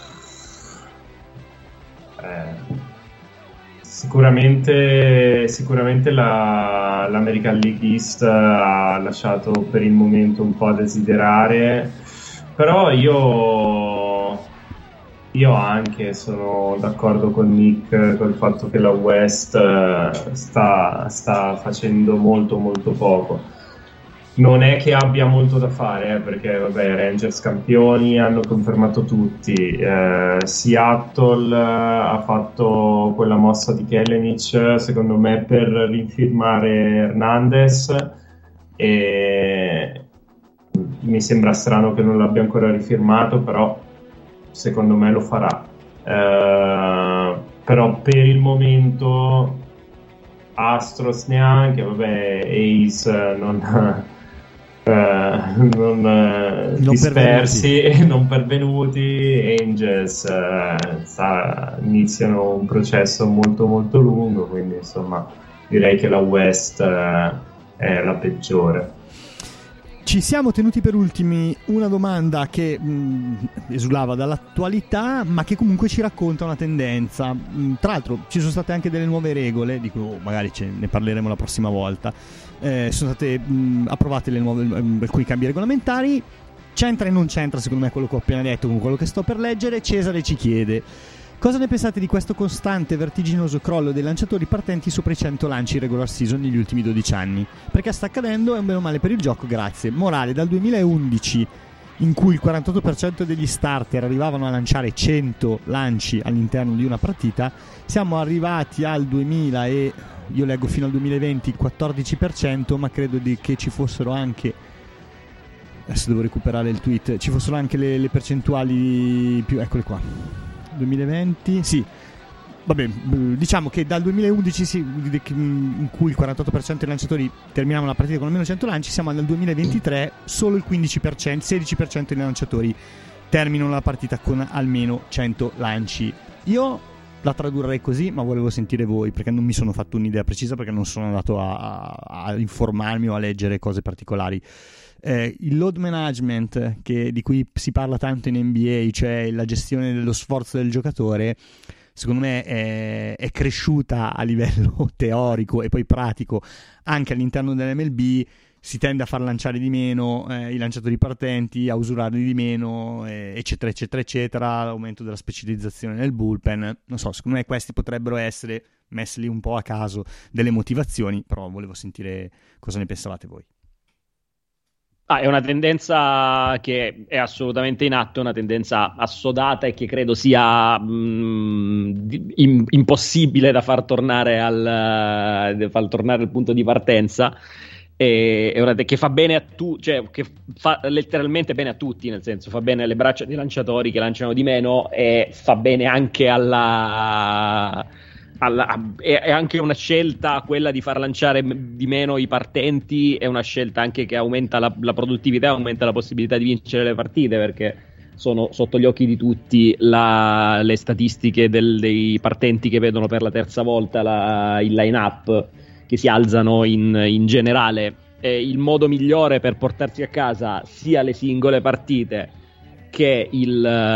eh, sicuramente, sicuramente la, l'American League East ha lasciato per il momento un po' a desiderare, però io, io anche sono d'accordo con Nick col fatto che la West eh, sta, sta facendo molto molto poco. non è che abbia molto da fare, eh, perché vabbè, i Rangers campioni hanno confermato tutti, eh, Seattle ha fatto quella mossa di Kelenic secondo me per rinfirmare Hernandez, e mi sembra strano che non l'abbia ancora rifirmato, però secondo me lo farà. Eh, però per il momento Astros neanche, vabbè, Ace non Uh, non, uh, non dispersi e non pervenuti. Angels uh, sta, iniziano un processo molto molto lungo, quindi insomma direi che la West uh, è la peggiore. Ci siamo tenuti per ultimi una domanda che mh, esulava dall'attualità, ma che comunque ci racconta una tendenza. Mh, tra l'altro ci sono state anche delle nuove regole, di cui magari ce ne parleremo la prossima volta. Eh, sono state mh, approvate le nuove, mh, alcuni cambi regolamentari. C'entra e non c'entra secondo me quello che ho appena detto con quello che sto per leggere. Cesare ci chiede: cosa ne pensate di questo costante vertiginoso crollo dei lanciatori partenti sopra i cento lanci regular season negli ultimi dodici anni? Perché sta accadendo, è un bene o male per il gioco, grazie. Morale: dal duemilaundici, in cui il quarantotto per cento degli starter arrivavano a lanciare cento lanci all'interno di una partita, siamo arrivati al duemila e io leggo fino al duemilaventi il quattordici per cento, ma credo di che ci fossero anche, adesso devo recuperare il tweet, ci fossero anche le, le percentuali più, eccole qua, duemilaventi, sì, vabbè, diciamo che dal duemilaundici sì, in cui il quarantotto per cento dei lanciatori terminavano la partita con almeno cento lanci, siamo nel duemilaventitré, solo il quindici per cento, sedici per cento dei lanciatori terminano la partita con almeno cento lanci. Io la tradurrei così, ma volevo sentire voi, perché non mi sono fatto un'idea precisa, perché non sono andato a, a, a informarmi o a leggere cose particolari. Eh, il load management, che, di cui si parla tanto in N B A, cioè la gestione dello sforzo del giocatore, secondo me è, è cresciuta a livello teorico e poi pratico anche all'interno dell'M L B. Si tende a far lanciare di meno eh, i lanciatori partenti, a usurarli di meno, eh, eccetera eccetera eccetera, l'aumento della specializzazione nel bullpen. Non so, secondo me questi potrebbero essere messi lì un po' a caso delle motivazioni, però volevo sentire cosa ne pensavate voi. Ah, è una tendenza che è assolutamente in atto, è una tendenza assodata e che credo sia mh, in, impossibile da far tornare al, da far tornare al punto di partenza. È una che fa bene a tutti, cioè che fa letteralmente bene a tutti, nel senso fa bene alle braccia dei lanciatori che lanciano di meno, e fa bene anche alla, alla è, è anche una scelta quella di far lanciare di meno i partenti, è una scelta anche che aumenta la, la produttività, aumenta la possibilità di vincere le partite, perché sono sotto gli occhi di tutti la, le statistiche del, dei partenti che vedono per la terza volta la, il line-up, che si alzano in, in generale. Eh, il modo migliore per portarsi a casa sia le singole partite che, il,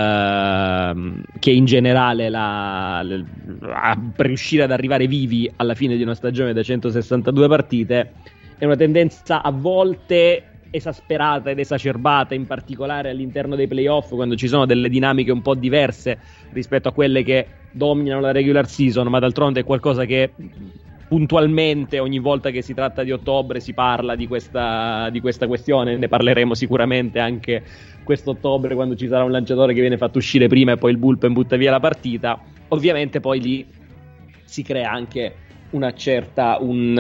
uh, che in generale la, la, per riuscire ad arrivare vivi alla fine di una stagione da centosessantadue partite, è una tendenza a volte esasperata ed esacerbata, in particolare all'interno dei playoff, quando ci sono delle dinamiche un po' diverse rispetto a quelle che dominano la regular season, ma d'altronde è qualcosa che puntualmente ogni volta che si tratta di ottobre si parla di questa, di questa questione. Ne parleremo sicuramente anche quest'ottobre, quando ci sarà un lanciatore che viene fatto uscire prima e poi il bullpen butta via la partita. Ovviamente poi lì si crea anche una certa un,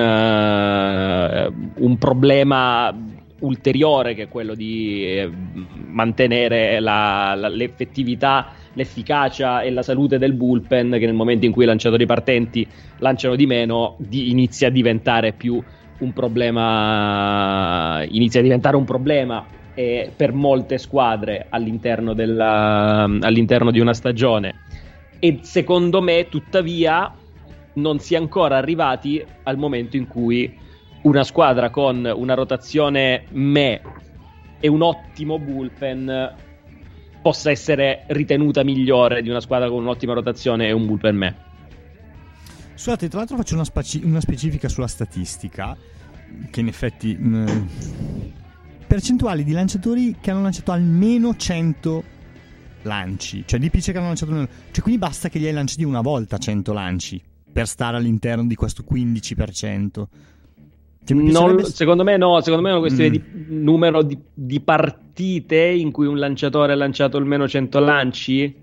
uh, un problema ulteriore, che è quello di eh, mantenere la, la, l'effettività, l'efficacia e la salute del bullpen, che nel momento in cui i lanciatori partenti lanciano di meno di, inizia a diventare più un problema inizia a diventare un problema eh, per molte squadre all'interno della, all'interno di una stagione. E secondo me tuttavia non si è ancora arrivati al momento in cui una squadra con una rotazione me e un ottimo bullpen possa essere ritenuta migliore di una squadra con un'ottima rotazione e un bullpen me. Scusate, tra l'altro faccio una, spaci- una specifica sulla statistica, che in effetti mh, percentuali di lanciatori che hanno lanciato almeno cento lanci, cioè di pitcher che hanno lanciato almeno, cioè quindi basta che li hai lanciati una volta cento lanci per stare all'interno di questo quindici per cento. Cioè, mi Non, piacerebbe- secondo me no, secondo me è una questione Mm. di numero di, di partite in cui un lanciatore ha lanciato almeno cento lanci.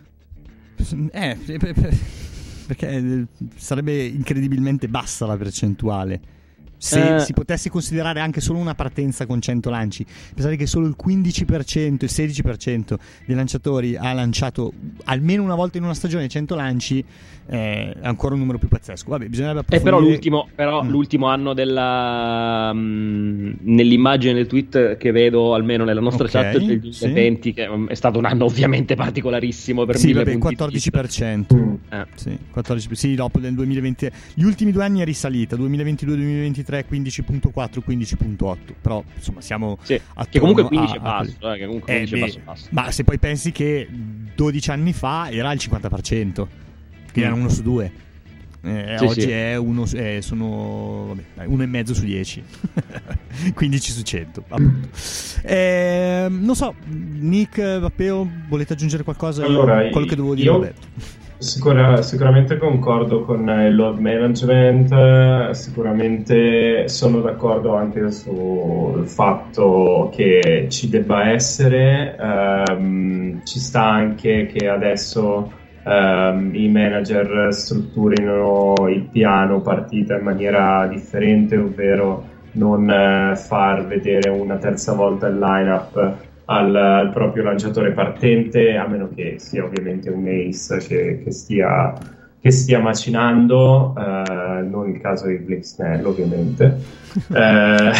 Eh, perché eh, sarebbe incredibilmente bassa la percentuale. Se Eh. si potesse considerare anche solo una partenza con cento lanci, pensate che solo il quindici per cento, il sedici per cento dei lanciatori ha lanciato almeno una volta in una stagione cento lanci, eh, è ancora un numero più pazzesco. Vabbè, bisognerebbe E approfondire. però l'ultimo, però Mm. l'ultimo anno della mh, nell'immagine del tweet che vedo almeno nella nostra Ok, chat del sì. duemilaventi, che um, è stato un anno ovviamente particolarissimo per Sì, mille vabbè, punti di quattordici vista. per cento. Mm. Eh. Sì, quattordici, sì, dopo nel duemilaventi. Gli ultimi due anni è risalita, duemilaventidue duemilaventitré quindici virgola quattro quindici virgola otto. Però insomma siamo Sì, attorno che comunque quindici a- è a basso, quelli. eh, che comunque Eh, quindici è beh, basso, basso. ma se poi pensi che dodici anni fa era il cinquanta per cento, quindi Mm. era uno su due. Eh, Sì, oggi sì. è uno su- eh, sono vabbè, dai, uno e mezzo su dieci. quindici su cento, appunto. Eh, non so, Nick, Matteo, volete aggiungere qualcosa? Allora, quello che dovevo dire, io- vabbè. Sicura- sicuramente concordo con il load management, eh, sicuramente sono d'accordo anche sul fatto che ci debba essere, ehm, ci sta anche che adesso ehm, i manager strutturino il piano partita in maniera differente, ovvero non eh, far vedere una terza volta il lineup al, al proprio lanciatore partente, a meno che sia ovviamente un ace che, che stia che stia macinando, eh, non il caso di Blake Snell ovviamente. Eh,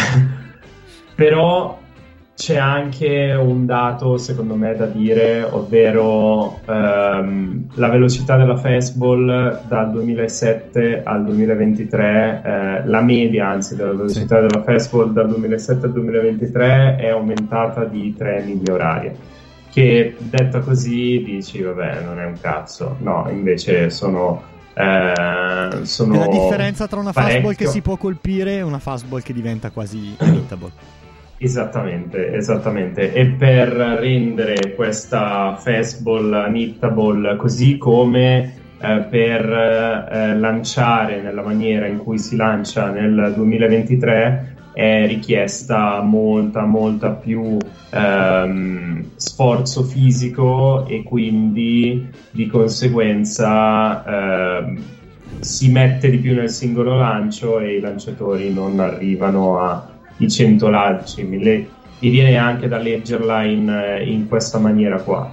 però c'è anche un dato secondo me da dire, ovvero ehm, la velocità della fastball dal duemilasette al duemilaventitré, eh, la media anzi della velocità della fastball dal duemilasette al duemilaventitré è aumentata di tre miglia orarie, che detta così dici vabbè non è un cazzo, no, invece sono eh, sono È la differenza tra una fastball parecchio. che si può colpire e una fastball che diventa quasi hittable. Esattamente, esattamente. E per rendere questa fastball hittable, così come eh, per eh, lanciare nella maniera in cui si lancia nel duemilaventitré, è richiesta molta, molta più ehm, sforzo fisico, e quindi di conseguenza ehm, si mette di più nel singolo lancio e i lanciatori non arrivano a i cento lanci. Mi, le- mi viene anche da leggerla in, in questa maniera qua.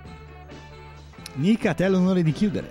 Nick, a te l'onore di chiudere.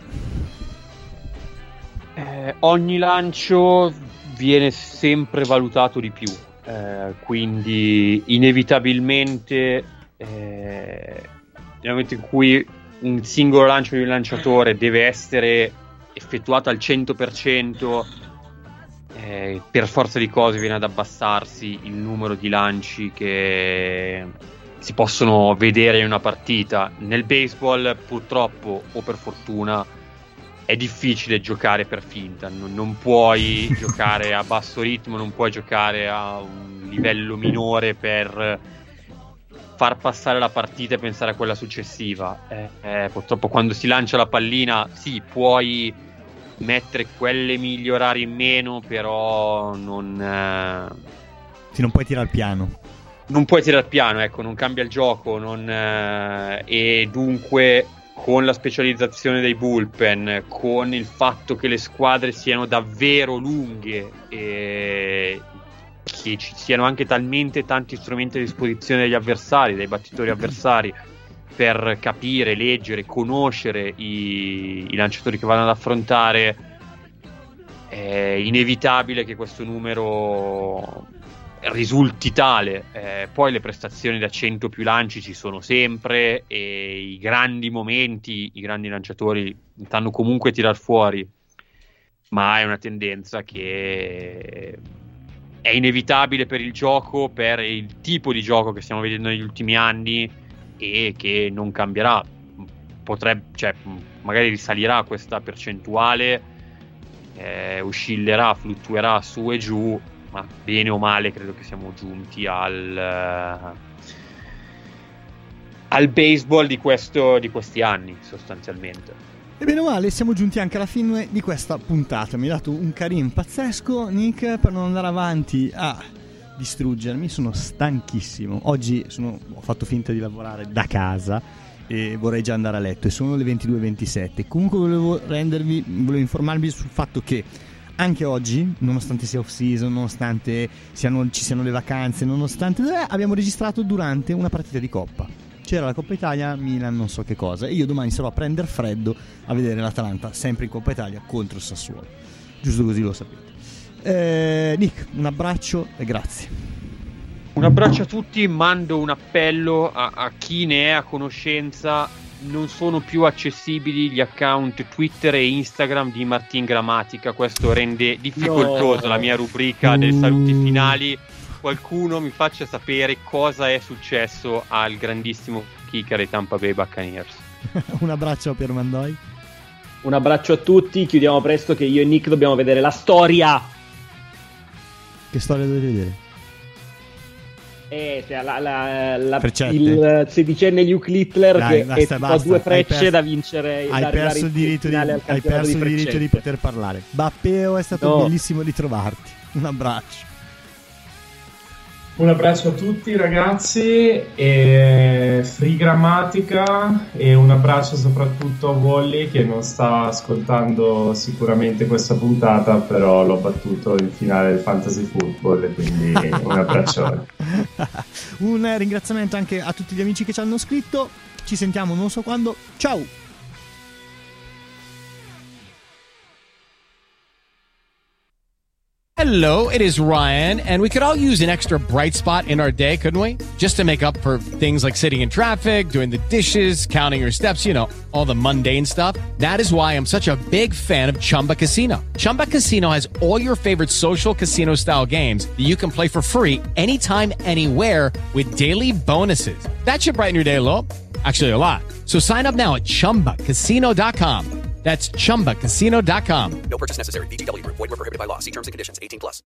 Eh, ogni lancio viene sempre valutato di più, eh, quindi inevitabilmente eh, nel momento in cui un singolo lancio di un lanciatore deve essere effettuato al cento per cento, eh, per forza di cose viene ad abbassarsi il numero di lanci che si possono vedere in una partita. Nel baseball purtroppo o per fortuna è difficile giocare per finta, non, non puoi giocare a basso ritmo, non puoi giocare a un livello minore per far passare la partita e pensare a quella successiva. Eh, eh, purtroppo quando si lancia la pallina sì, puoi mettere quelle miglia orarie in meno, però non, eh, Sì, non puoi tirare al piano. non puoi tirare al piano, ecco, non cambia il gioco, non, eh, e dunque con la specializzazione dei bullpen, con il fatto che le squadre siano davvero lunghe e che ci siano anche talmente tanti strumenti a disposizione degli avversari, dei battitori avversari, per capire, leggere, conoscere i, i lanciatori che vanno ad affrontare, è inevitabile che questo numero risulti tale. Eh, poi le prestazioni da cento più lanci ci sono sempre, e i grandi momenti, i grandi lanciatori stanno comunque a tirar fuori, ma è una tendenza che è inevitabile per il gioco, per il tipo di gioco che stiamo vedendo negli ultimi anni, e che non cambierà. Potrebbe, cioè, magari risalirà questa percentuale, eh, oscillerà, fluttuerà su e giù, ma bene o male credo che siamo giunti al uh, al baseball di questo di questi anni sostanzialmente. E bene o male siamo giunti anche alla fine di questa puntata. Mi hai dato un carin pazzesco, Nick, per non andare avanti a distruggermi. Sono stanchissimo. Oggi sono, ho fatto finta di lavorare da casa e vorrei già andare a letto, e sono le ventidue e ventisette. Comunque volevo rendervi, volevo informarvi sul fatto che anche oggi, nonostante sia off season, nonostante siano, ci siano le vacanze, nonostante eh, abbiamo registrato durante una partita di Coppa. C'era la Coppa Italia, Milan non so che cosa, e io domani sarò a prendere freddo a vedere l'Atalanta sempre in Coppa Italia contro il Sassuolo, giusto così lo sapete. eh, Nick, un abbraccio e grazie. Un abbraccio a tutti, mando un appello a, a chi ne è a conoscenza. Non sono più accessibili gli account Twitter e Instagram di Martin Grammatica, questo rende difficoltosa no. la mia rubrica dei saluti finali. Qualcuno mi faccia sapere cosa è successo al grandissimo kicker dei Tampa Bay Buccaneers. Un abbraccio a Pier Mandoi. Un abbraccio a tutti, chiudiamo presto che io e Nick dobbiamo vedere la storia. Che storia dovete vedere? Eh, cioè, la, la, la, Freccette. il sedicenne Luke Littler Dai, che basta, ha basta. due frecce Hai perso- da vincere. Hai da perso il diritto, di, hai perso il diritto di poter parlare. Bappeo, è stato No. bellissimo ritrovarti. Un abbraccio. Un abbraccio a tutti ragazzi, e Free Grammatica, e un abbraccio soprattutto a Wally che non sta ascoltando sicuramente questa puntata, però l'ho battuto in finale del Fantasy Football e quindi un abbraccione. Un ringraziamento anche a tutti gli amici che ci hanno scritto. Ci sentiamo non so quando. Ciao. Hello, it is Ryan, and we could all use an extra bright spot in our day, couldn't we? Just to make up for things like sitting in traffic, doing the dishes, counting your steps, you know, all the mundane stuff. That is why I'm such a big fan of Chumba Casino. Chumba Casino has all your favorite social casino-style games that you can play for free anytime, anywhere with daily bonuses. That should brighten your day a little. Actually, a lot. So sign up now at chumba casino dot com. That's chumba casino dot com. No purchase necessary. V G W Group. Void where prohibited by law. See terms and conditions. eighteen plus.